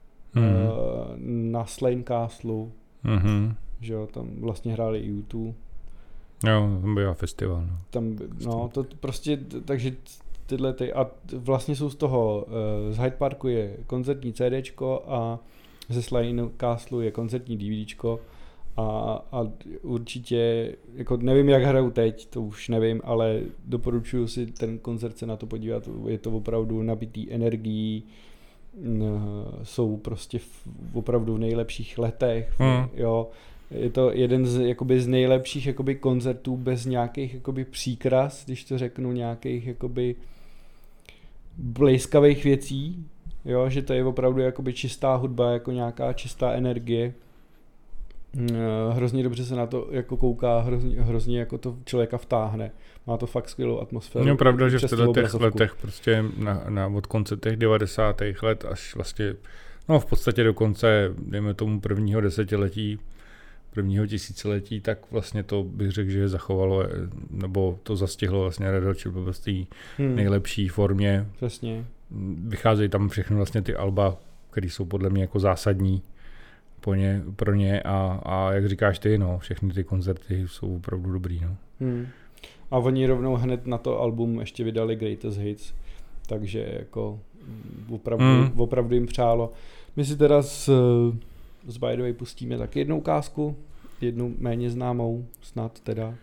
Na Slane Castle, že jo, tam vlastně hráli i U2. Jo, tam byl festival. To prostě, takže tyhle a vlastně jsou z toho, z Hyde Parku je koncertní CDčko a ze Slane Castle je koncertní DVDčko a určitě, jako nevím, jak hrajou teď, to už nevím, ale doporučuji si ten koncert se na to podívat, je to opravdu nabitý energií, jsou prostě opravdu v nejlepších letech, jo. Je to jeden z nejlepších jakoby koncertů bez nějakých jakoby příkras, když to řeknu, nějakých jakoby blejskavých věcí, jo, že to je opravdu jakoby čistá hudba, jako nějaká čistá energie. Hrozně dobře se na to jako kouká, hrozně jako to člověka vtáhne. Má to fakt skvělou atmosféru. Je pravda, že v těch letech prostě od konce těch 90. let až vlastně, no v podstatě do konce, dejme tomu prvního tisíciletí, tak vlastně to bych řekl, že zachovalo, nebo to zastihlo vlastně Red Hot Chili Peppers v té nejlepší formě. Přesně. Vycházejí tam všechny vlastně ty alba, které jsou podle mě jako zásadní pro ně a jak říkáš ty, no, všechny ty koncerty jsou opravdu dobrý, no. A oni rovnou hned na to album ještě vydali Greatest Hits, takže jako opravdu jim přálo. My si teda z By the Way pustíme tak jednu ukázku, jednu méně známou, snad teda,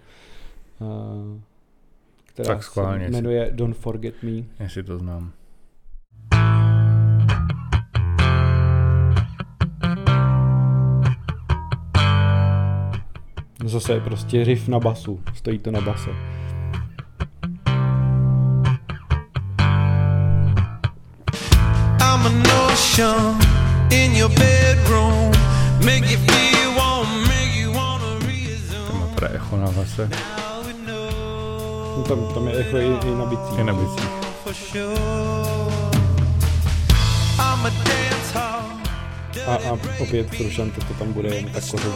která se jmenuje Don't Forget Me. Jestli to znám. Zase je prostě riff na basu, stojí to na base. I'm an ocean in your bedroom, make you feel warm, make you wanna reason. Tam má teda echo na base. No tam je echo i na bicích. I na bicích. A opět Frusciante to tam bude jen tak kořový.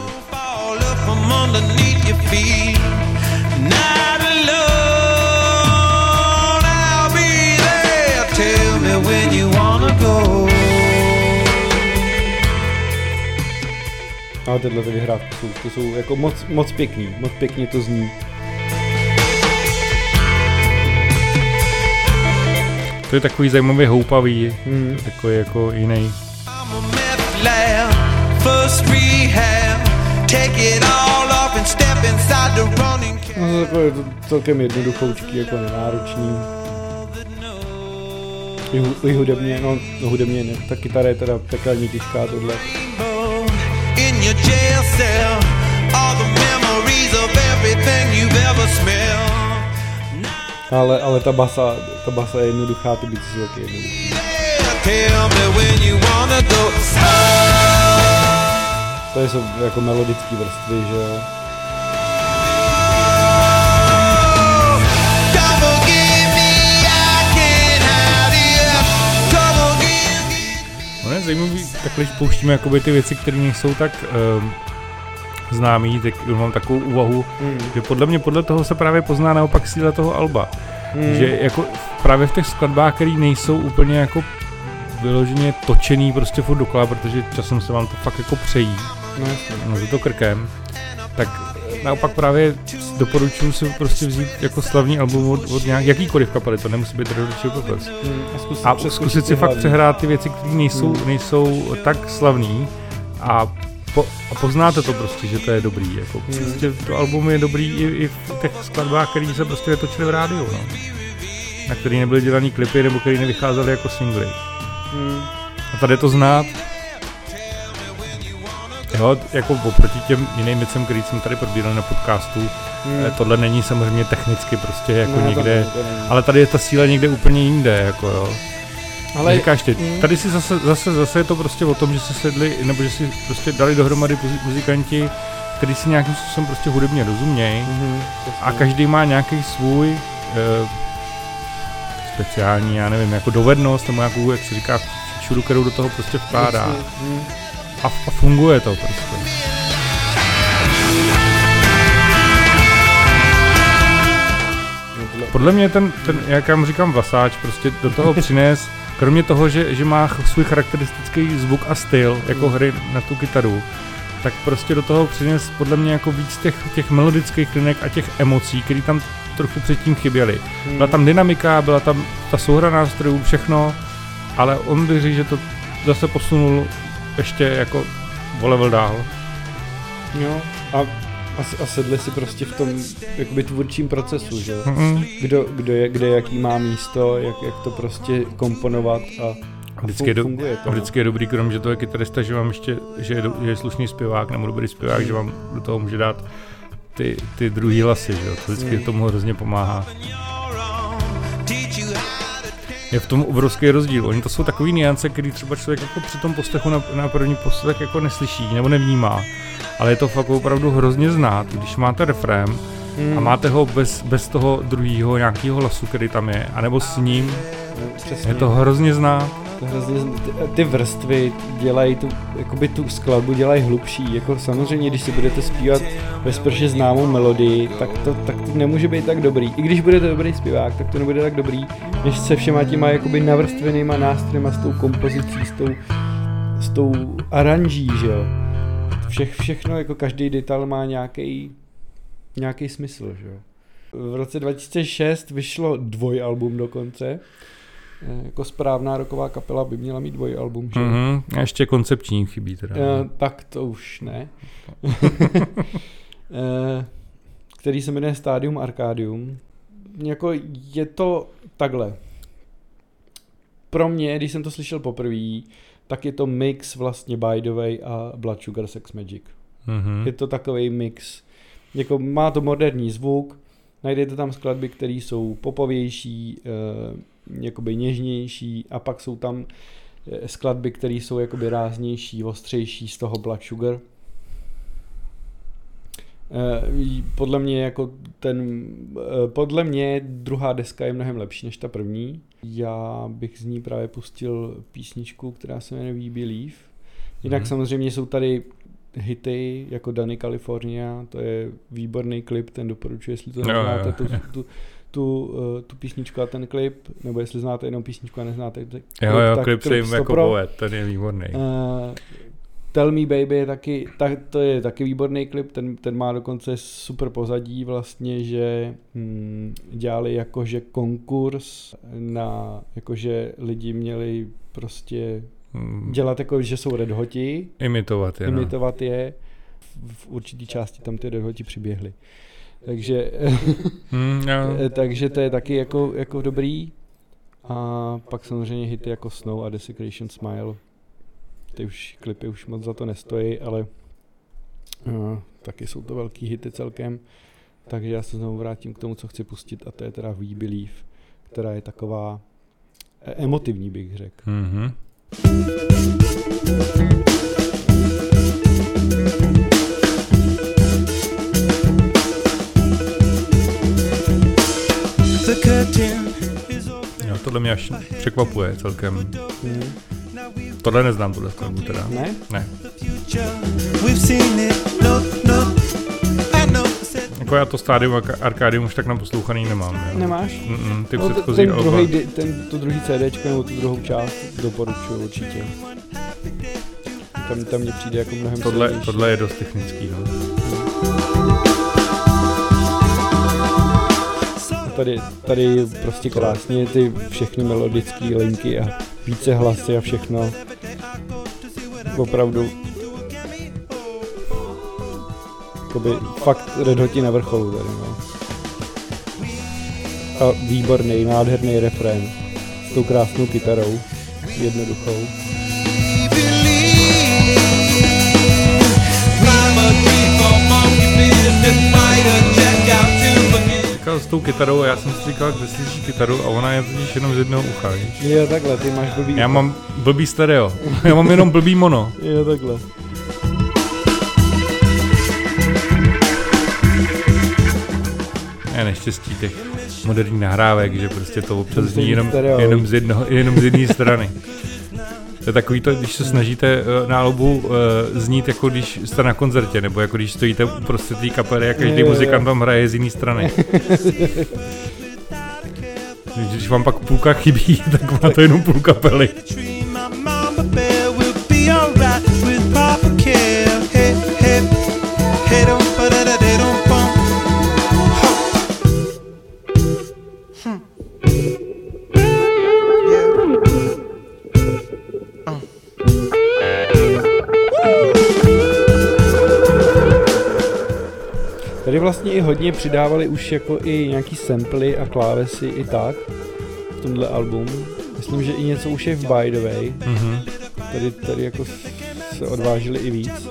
A tyhle vyhrávky jsou jako moc pěkný, moc pěkně to zní. To je takový zajímavý houpavý, takový jako jiný. No to takové celkem jednoduchoučký, jako nenáročný. I hudebně, no hudebně ne, ta kytara je teda pekelně těžká tohle. Ale ta basa je jednoduchá, ty bicí jsou taky jednoduchý. To jsou jako melodický vrstvy, že jo. Ono je zajímavý, takhle pouštíme jakoby ty věci, které nejsou tak známý, tak mám takovou úvahu, že podle toho se právě pozná naopak síla toho alba. Že jako právě v těch skladbách, které nejsou úplně jako vyloženě točený prostě furt dokola, protože časem se vám to fakt jako přejí, za to krkem, tak naopak právě doporučuji si prostě vzít jako slavný album od jakýkoliv kapely, to nemusí být Red Hot Chili Peppers. A zkusit si fakt přehrát ty věci, které nejsou tak slavný a poznáte to prostě, že to je dobrý. Jako prostě to album je dobrý i v těch skladbách, které se prostě netočily v rádiu, no. Na který nebyly dělaný klipy nebo který nevycházely jako singly. A tady je to znát. Jo, jako oproti těm jiným věcem, který jsem tady probíral na podcastu, tohle není samozřejmě technicky prostě jako někde, ale tady je ta síla někde úplně jinde, jako jo. Ale říkáš ty, tady si zase je to prostě o tom, že si sedli, nebo že si prostě dali dohromady muzikanti, kteří si nějakým způsobem prostě hudebně rozumějí a každý má nějaký svůj speciální, já nevím, jako dovednost, nebo nějakou, jak se říká, všudu, kterou do toho prostě vkládá. A funguje to prostě. Podle mě ten jak já mu říkám vasáč, prostě do toho přines, kromě toho, že má svůj charakteristický zvuk a styl, jako hry na tu kytaru, tak prostě do toho přines podle mě jako víc těch melodických linek a těch emocí, které tam trochu předtím chyběly. Byla tam dynamika, byla tam ta souhra nástrojů, všechno, ale on bych řekl, že to zase posunul ještě jako o level dál. Jo, a sedli si prostě v tom jakoby tvůrčím procesu, že? Kde jaký má místo, jak to prostě komponovat a funguje to. Vždycky je dobrý, krom že to je kytarista, že vám ještě, že je slušný zpěvák nebo dobrý zpěvák, že vám do toho může dát ty druhý hlasy, že jo? To vždycky tomu hrozně pomáhá. Je v tom obrovský rozdíl. Oni to jsou takový nuance, který třeba člověk jako při tom poslechu na první poslech jako neslyší nebo nevnímá. Ale je to fakt opravdu hrozně znát, když máte refrén a máte ho bez toho druhého nějakého hlasu, který tam je, anebo s ním, přesně. Je to hrozně znát. Ty vrstvy dělají tu skladbu dělají hlubší, jako samozřejmě, když si budete zpívat bezprostředně známou melodii, tak to nemůže být tak dobrý. I když budete dobrý zpěvák, tak to nebude tak dobrý, než se všema těma jakoby navrstvenýma nástrojema, s tou kompozicí, s tou aranží, že jo. Všechno, jako každý detail má nějaký smysl, že jo. V roce 2006 vyšlo dvojalbum dokonce. Jako správná rocková kapela by měla mít dvojalbum, že? A ještě koncepční chybí teda. Tak to už ne. Který se jmenuje Stadium Arcadium. Jako je to takhle. Pro mě, když jsem to slyšel poprvé, tak je to mix vlastně By the Way a Blood Sugar Sex Magik. Je to takovej mix. Jako má to moderní zvuk, najdete tam skladby, které jsou popovější, jakoby něžnější, a pak jsou tam skladby, které jsou jakoby ráznější, ostřejší z toho Blood Sugar. Podle mě druhá deska je mnohem lepší než ta první. Já bych z ní právě pustil písničku, která se jmenuje We Believe. Jinak samozřejmě jsou tady hity jako Dany California, to je výborný klip, ten doporučuji, jestli to neznáte, tu písničku a ten klip, nebo jestli znáte jenom písničku a neznáte klip. Klip se jim jako pověd, ten je výborný. Tell Me Baby je taky, to je taky výborný klip, ten má dokonce super pozadí vlastně, že dělali jakože konkurs na, jakože lidi měli prostě dělat jako, že jsou Red Hoti. Imitovat je. V určitý části tam ty Red Hoti přiběhli. Takže to je taky jako dobrý. A pak samozřejmě hity jako Snow a Desecration Smile. Ty už klipy už moc za to nestojí, ale taky jsou to velký hity celkem. Takže já se znovu vrátím k tomu, co chci pustit, a to je teda We Believe, která je taková emotivní, bych řekl. Mm-hmm. Jo, tohle mě až překvapuje celkem. Tohle neznám, tohle skladbu teda. Ne? Ne. Jako já to stádium Arcadium už tak naposlouchaný nemám. Jo. Nemáš? Ty předchozí alba. To druhý CDčko nebo tu druhou část doporučuji určitě. Tam mě přijde jako mnohem silnější. Tohle je dost technický. No. Tady prostě krásně ty všechny melodické linky a více hlasy a všechno. Opravdu. Jakoby fakt Red Hoti na vrcholu tady, no. A výborný, nádherný refrén s tou krásnou kytarou, jednoduchou. Říkal s tou kytarou a já jsem si říkal, kde slyší kytaru a ona je totiž jenom z jednoho ucha, víš? Jo, takhle, ty máš blbý. Já mám blbý stereo, já mám jenom blbý mono. Jo, takhle. Je neštěstí těch moderních nahrávek, že prostě to občas zní jenom z jedné strany. To je takový to, když se snažíte na albu znít, jako když jste na koncertě, nebo jako když stojíte uprostřed té kapely a každý muzikant vám hraje z jiné strany. Když vám pak půlka chybí, tak má to jenom půl kapely. Tady vlastně i hodně přidávali už jako i nějaký samply a klávesy i tak v tomhle album. Myslím, že i něco už je v By the Way. Mm-hmm. Tady jako se odvážili i víc.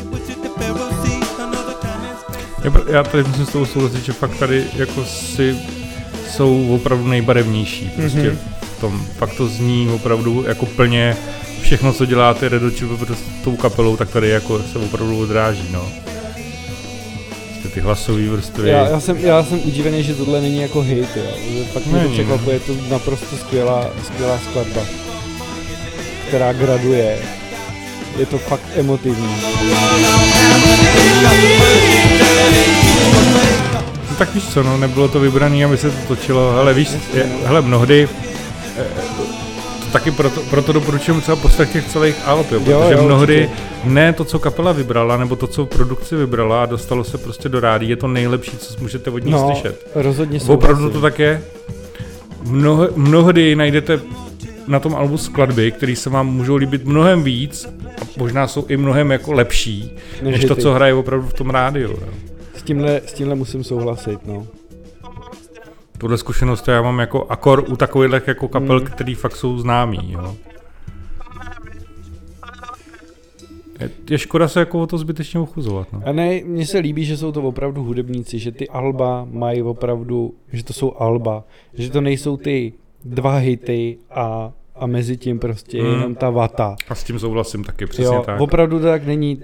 Já tady musím s tou souhlasit, že fakt tady jako jsou opravdu nejbarevnější. Prostě v tom fakt to zní opravdu jako plně všechno, co děláte Red Hot Chili Peppers s tou kapelou, tak tady jako se opravdu odráží, no. Ty hlasový vrstvy. Já jsem udívený, že tohle není jako hit, jo. Fakt mě to překvapuje, je to naprosto skvělá skladba, která graduje. Je to fakt emotivní. No tak víš co, no, nebylo to vybraný, aby se to točilo, hele víš, mnohdy taky proto doporučujem třeba poslech těch celých alb, protože mnohdy ne to, co kapela vybrala, nebo to, co produkci vybrala a dostalo se prostě do rádií, je to nejlepší, co můžete od nich slyšet. Rozhodně souhlasím. Opravdu to tak je. Mnohdy najdete na tom albu skladby, které se vám můžou líbit mnohem víc a možná jsou i mnohem jako lepší, než to, co hraje opravdu v tom rádiu. Jo. S tímhle musím souhlasit, no. Tuhle zkušenost já mám jako akor u takových jako kapel, který fakt jsou známý, jo. Je škoda se jako o to zbytečně ochuzovat, no. A ne, mně se líbí, že jsou to opravdu hudebníci, že ty alba mají opravdu, že to jsou alba, že to nejsou ty 2 hity a mezi tím prostě jenom ta vata. A s tím souhlasím taky, přesně tak. Opravdu tak není,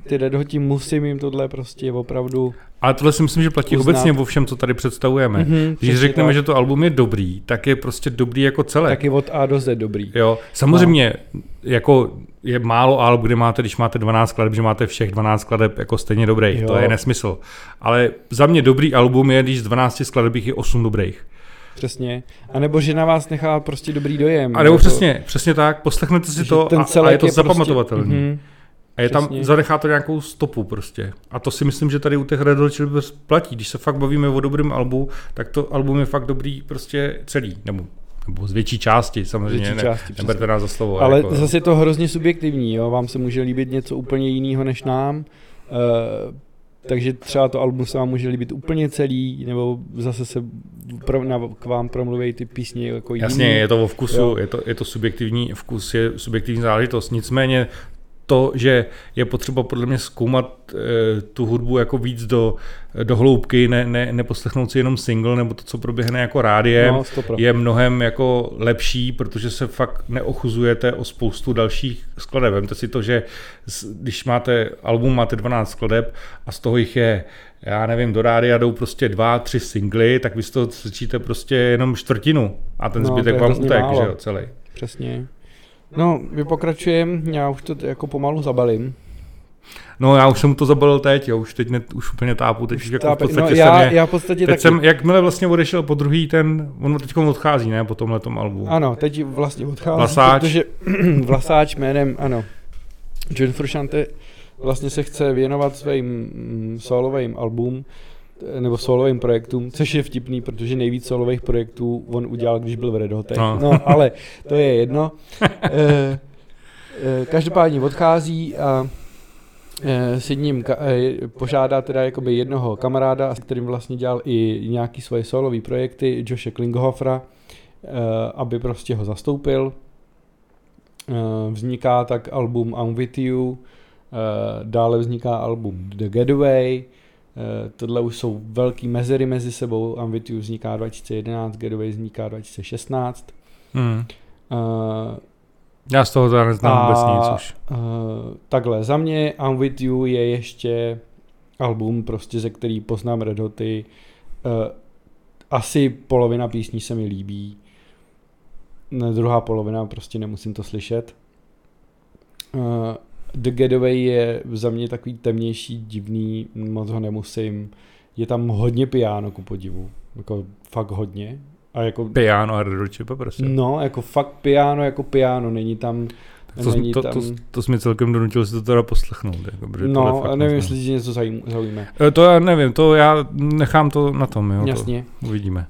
ty Red Hoti musím jim tohle prostě opravdu. Ale tohle si myslím, že platí obecně o všem, co tady představujeme. Když řekneme, že to album je dobrý, tak je prostě dobrý jako celé. Tak je od A do Z dobrý. Jo, samozřejmě jako je málo alb, kde máte, když máte 12 skladeb, že máte všech 12 skladeb jako stejně dobrých. Jo. To je nesmysl. Ale za mě dobrý album je, když z 12 skladeb je 8 dobrých. Přesně. A nebo že na vás nechá prostě dobrý dojem. A nebo přesně tak, poslechnete si to a je to zapamatovatelný. Prostě, a je tam, zanechá to nějakou stopu prostě. A to si myslím, že tady u těch Red Hot Chili Peppers platí. Když se fakt bavíme o dobrém albu, tak to album je fakt dobrý prostě celý. Nebo z větší části samozřejmě, neberte nás za slovo. Ale jako, zase je to hrozně subjektivní, jo? Vám se může líbit něco úplně jiného než nám. Takže třeba to album se vám může líbit úplně celý, nebo zase se k vám promluví ty písně jako jiný. Jasně, je to o vkusu, je to subjektivní, vkus je subjektivní záležitost, nicméně to, že je potřeba podle mě zkoumat tu hudbu jako víc do hloubky, neposlechnout si jenom single nebo to, co proběhne jako rádiem, je mnohem jako lepší, protože se fakt neochuzujete o spoustu dalších skladeb. Vemte si to, že když máte album, máte 12 skladeb a z toho jich je, já nevím, do rádia jdou prostě 2-3 singly, tak vy z toho slyšíte prostě jenom čtvrtinu a ten zbytek vám utek, že jo, celý. Přesně. No, my pokračujeme, já už to jako pomalu zabalím. No, já už jsem to zabalil teď, jo, už úplně tápu, teď už jako v podstatě já v podstatě teď jsem, jakmile vlastně odešel po druhý on teď odchází, ne, po tomhletom albu. Ano, teď vlastně odchází, Vlasáč. Protože Vlasáč jménem, ano, John Frusciante vlastně se chce věnovat svým solovým album, nebo solovým projektům, což je vtipný, protože nejvíc solových projektů on udělal, když byl v Red Hotech. No, ale to je jedno. Každopádně odchází a s jedním požádá teda jakoby jednoho kamaráda, s kterým vlastně dělal i nějaký svoje solový projekty, Joshe Klinghofera, aby prostě ho zastoupil. Vzniká tak album I'm With You, dále vzniká album The Getaway. Tohle už jsou velký mezery mezi sebou. I'm With You vzniká 2011, Getaway vzniká 2016. Já z toho teda neznám vůbec nic už. Takhle, za mě I'm With You je ještě album, prostě ze který poznám Red Hoty. Asi polovina písní se mi líbí. Druhá polovina prostě nemusím to slyšet. The Getaway je za mě takový temnější, divný, moc ho nemusím. Je tam hodně piano, ku podivu. Jako fakt hodně. A jako piano a Red Hot Chili Peppers. No, jako fakt piano, jako piano, není tam. To jsi mi celkem donutil si to teda poslechnout. Jako, no, a nevím, jestli něco zaujíme. To já nevím, to já nechám to na tom, jo. Jasně. To uvidíme.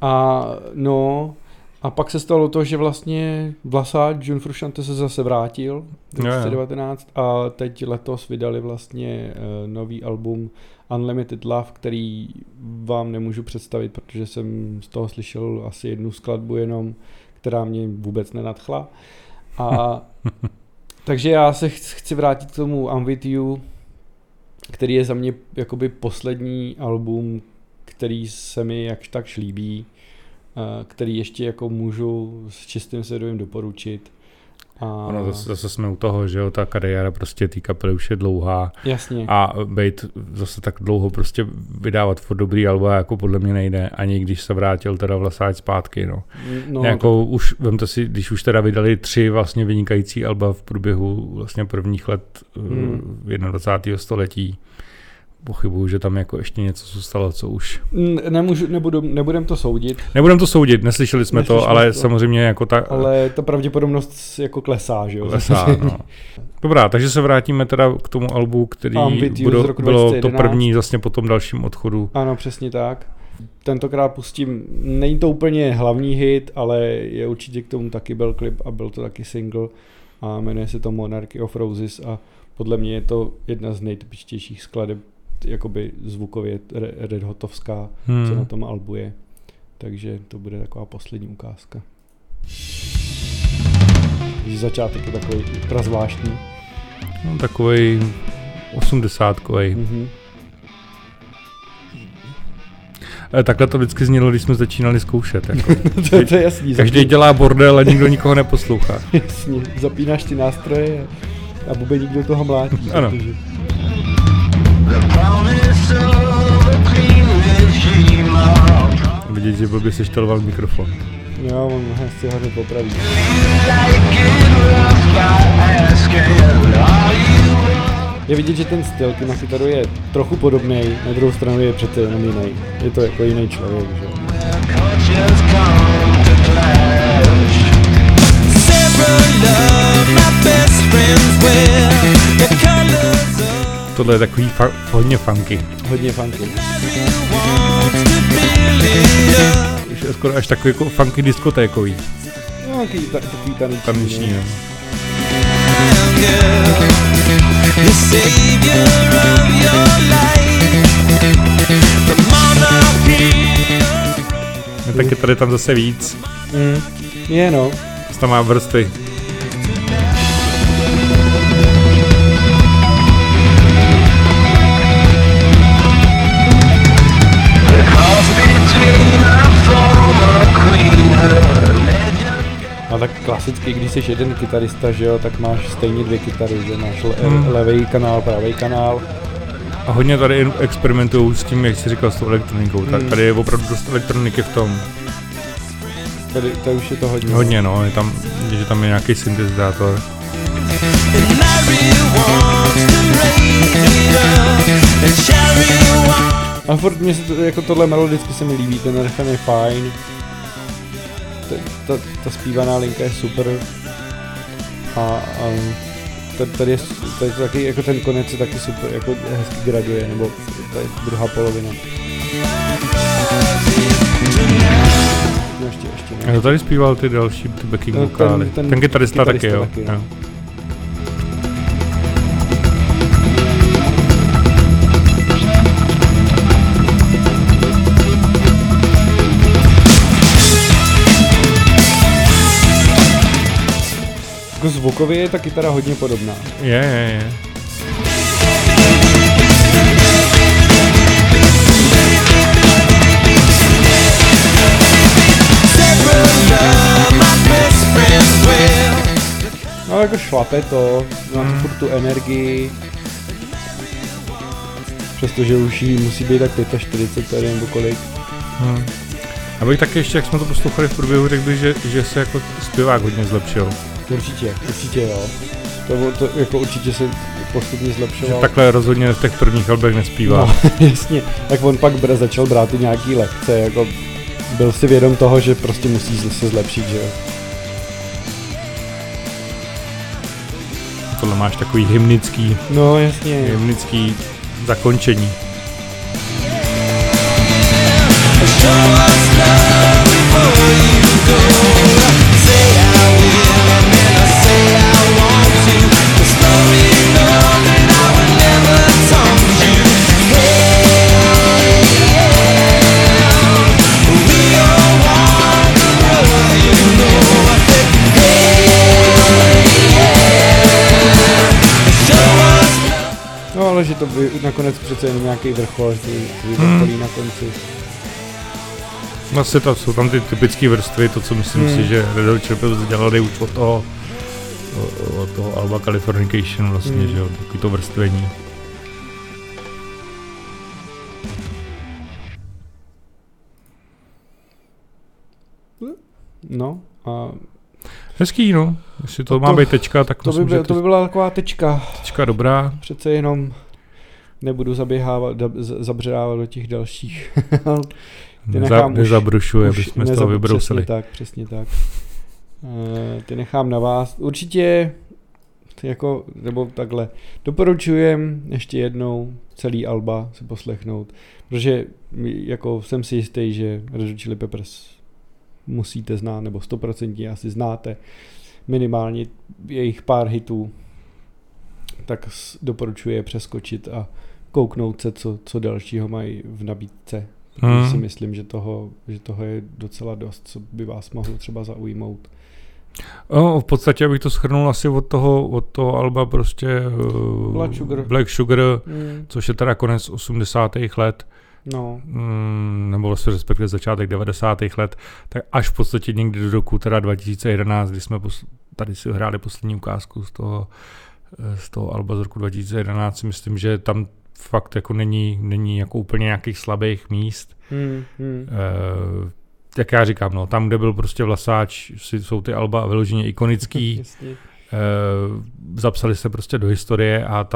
A pak se stalo to, že vlastně Vlasáč, John Frusciante se zase vrátil v 2019 a teď letos vydali vlastně nový album Unlimited Love, který vám nemůžu představit, protože jsem z toho slyšel asi jednu skladbu jenom, která mě vůbec nenadchla. A takže já se chci vrátit k tomu I'm With You, který je za mě jakoby poslední album, který se mi jakž tak líbí, který ještě jako můžu s čistým svědomím doporučit. Ono zase jsme u toho, že jo, ta kariéra prostě té kapely už je dlouhá. Jasně. A být zase tak dlouho prostě vydávat furt dobrý alba jako podle mě nejde, ani když se vrátil teda Vlasáč zpátky, no jako už, vemte si, když už teda vydali 3 vlastně vynikající alba v průběhu vlastně prvních let 21. století, pochybuju, že tam jako ještě něco zůstalo, co už... Nebudem to soudit. Nebudem to soudit, neslyšeli jsme to, ale samozřejmě jako ta... Ale ta pravděpodobnost jako klesá, že jo? Klesá, no. Dobrá, takže se vrátíme teda k tomu albu, který bylo to první vlastně po tom dalším odchodu. Ano, přesně tak. Tentokrát pustím, není to úplně hlavní hit, ale je určitě k tomu taky byl klip a byl to taky single a jmenuje se to Monarchy of Roses a podle mě je to jedna z nejtypičtějších skladeb jakoby zvukově Red Hotovská, co na tom albu je. Takže to bude taková poslední ukázka. Takže začátek je takový prazvláštní. No, takovej 80kovej. Takhle to vždycky znělo, když jsme začínali zkoušet. Jako. To je jasný. Každý dělá bordel a nikdo nikoho neposlouchá. Jasně, zapínáš ty nástroje a bubeník do toho mlátí. Ano. Protože... Vidět, že blbě sešteloval mikrofon. Jo, on si hodně popraví. Je vidět, že ten styl na kytaru je trochu podobný, na druhou stranu je přece jenom jiný. Je to jako jiný člověk, že? Tohle je takový hodně funky. Hodně funky. Už je skoro až takový jako funky diskotékový. No, takový taneční. No. Taky tady tam zase víc. Je no. Tam má vrstvy. A tak klasicky, když jsi jeden kytarista, že jo, tak máš stejně dvě kytary, že máš levý kanál, pravý kanál. A hodně tady experimentují s tím, jak jsi říkal, s tou elektronikou. Tady je opravdu dost elektroniky v tom. Tady už je to hodně. Hodně no, je tam, že tam je nějaký syntetizátor. A furt mě se jako tohle melodicky se mi líbí, ten refren je fajn. Ta zpívaná linka je super. A tady je taky, jako ten konec je taky super, jako hezky graduje, nebo ta druhá polovina. No ještě ne. A to tady zpíval ty další, ty backing vokály. Ten kytarista taky, jo. Jo. Zvukově je ta kytara hodně podobná. Je. No jako šlape to, má to furt tu energii. Přestože už jí musí být tak 45 tady nebo kolik. Abych taky ještě, jak jsme to poslouchali v průběhu, řekl bych, že se jako zpěvák hodně zlepšil. Určitě jo. To jako určitě se postupně zlepšoval. Že takhle rozhodně v těch prvních albech nespívá. No, jasně. Tak on pak začal brát i nějaký lekce, jako byl si vědom toho, že prostě musí se zlepšit, že jo. Tohle máš takový hymnický. No jasně. Hymnický zakončení. No ale že to by nakonec přece jen nějaký vrchol, že to vyvrcholí na konci. Vlastně tam jsou tam ty typické vrstvy, to co myslím si, že Red Hot Chili Peppers dělali už od toho alba Californication vlastně, že jo, takový to vrstvení. No a... Hezký, no. Jestli to má být tečka, tak to by byla taková tečka. Tečka dobrá. Přece jenom nebudu zabředávat do těch dalších. Nezabrušuje, abychom z toho vybrousili. Přesně tak. Ty nechám na vás. Určitě, jako, nebo takhle, doporučujem ještě jednou celý alba si poslechnout, protože jako jsem si jistý, že Red Hot Chili Peppers musíte znát, nebo 100% asi znáte minimálně jejich pár hitů, tak doporučuji je přeskočit a kouknout se, co dalšího mají v nabídce. Si myslím, že toho je docela dost, co by vás mohlo třeba zaujmout. V podstatě bych to shrnul asi od toho alba prostě Black Sugar, což je teda konec 80. let. No. Nebo vlastně respektive začátek 90. let, tak až v podstatě někdy do roku teda 2011, kdy jsme tady si hráli poslední ukázku z toho alba z roku 2011, myslím, že tam fakt jako není jako úplně nějakých slabých míst. Jak já říkám, no, tam, kde byl prostě Vlasáč, jsou ty alba vyloženě ikonický, zapsali se prostě do historie a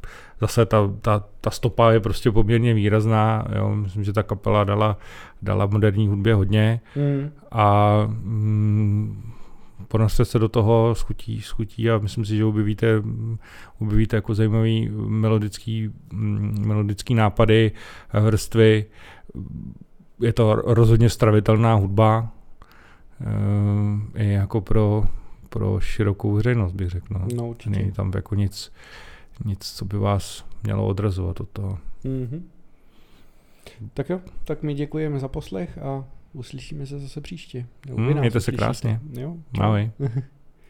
ta stopa je prostě poměrně výrazná, jo. Myslím, že ta kapela dala moderní hudbě hodně a ponořte se do toho schutí a myslím si, že objevíte jako zajímavý melodický nápady, vrstvy. Je to rozhodně stravitelná hudba, i jako pro širokou veřejnost, bych řekl. No, není tam jako nic, co by vás mělo odrazovat od toho. Tak jo, tak my děkujeme za poslech a uslyšíme se zase příště. Mějte se krásně. Jo, ahoj.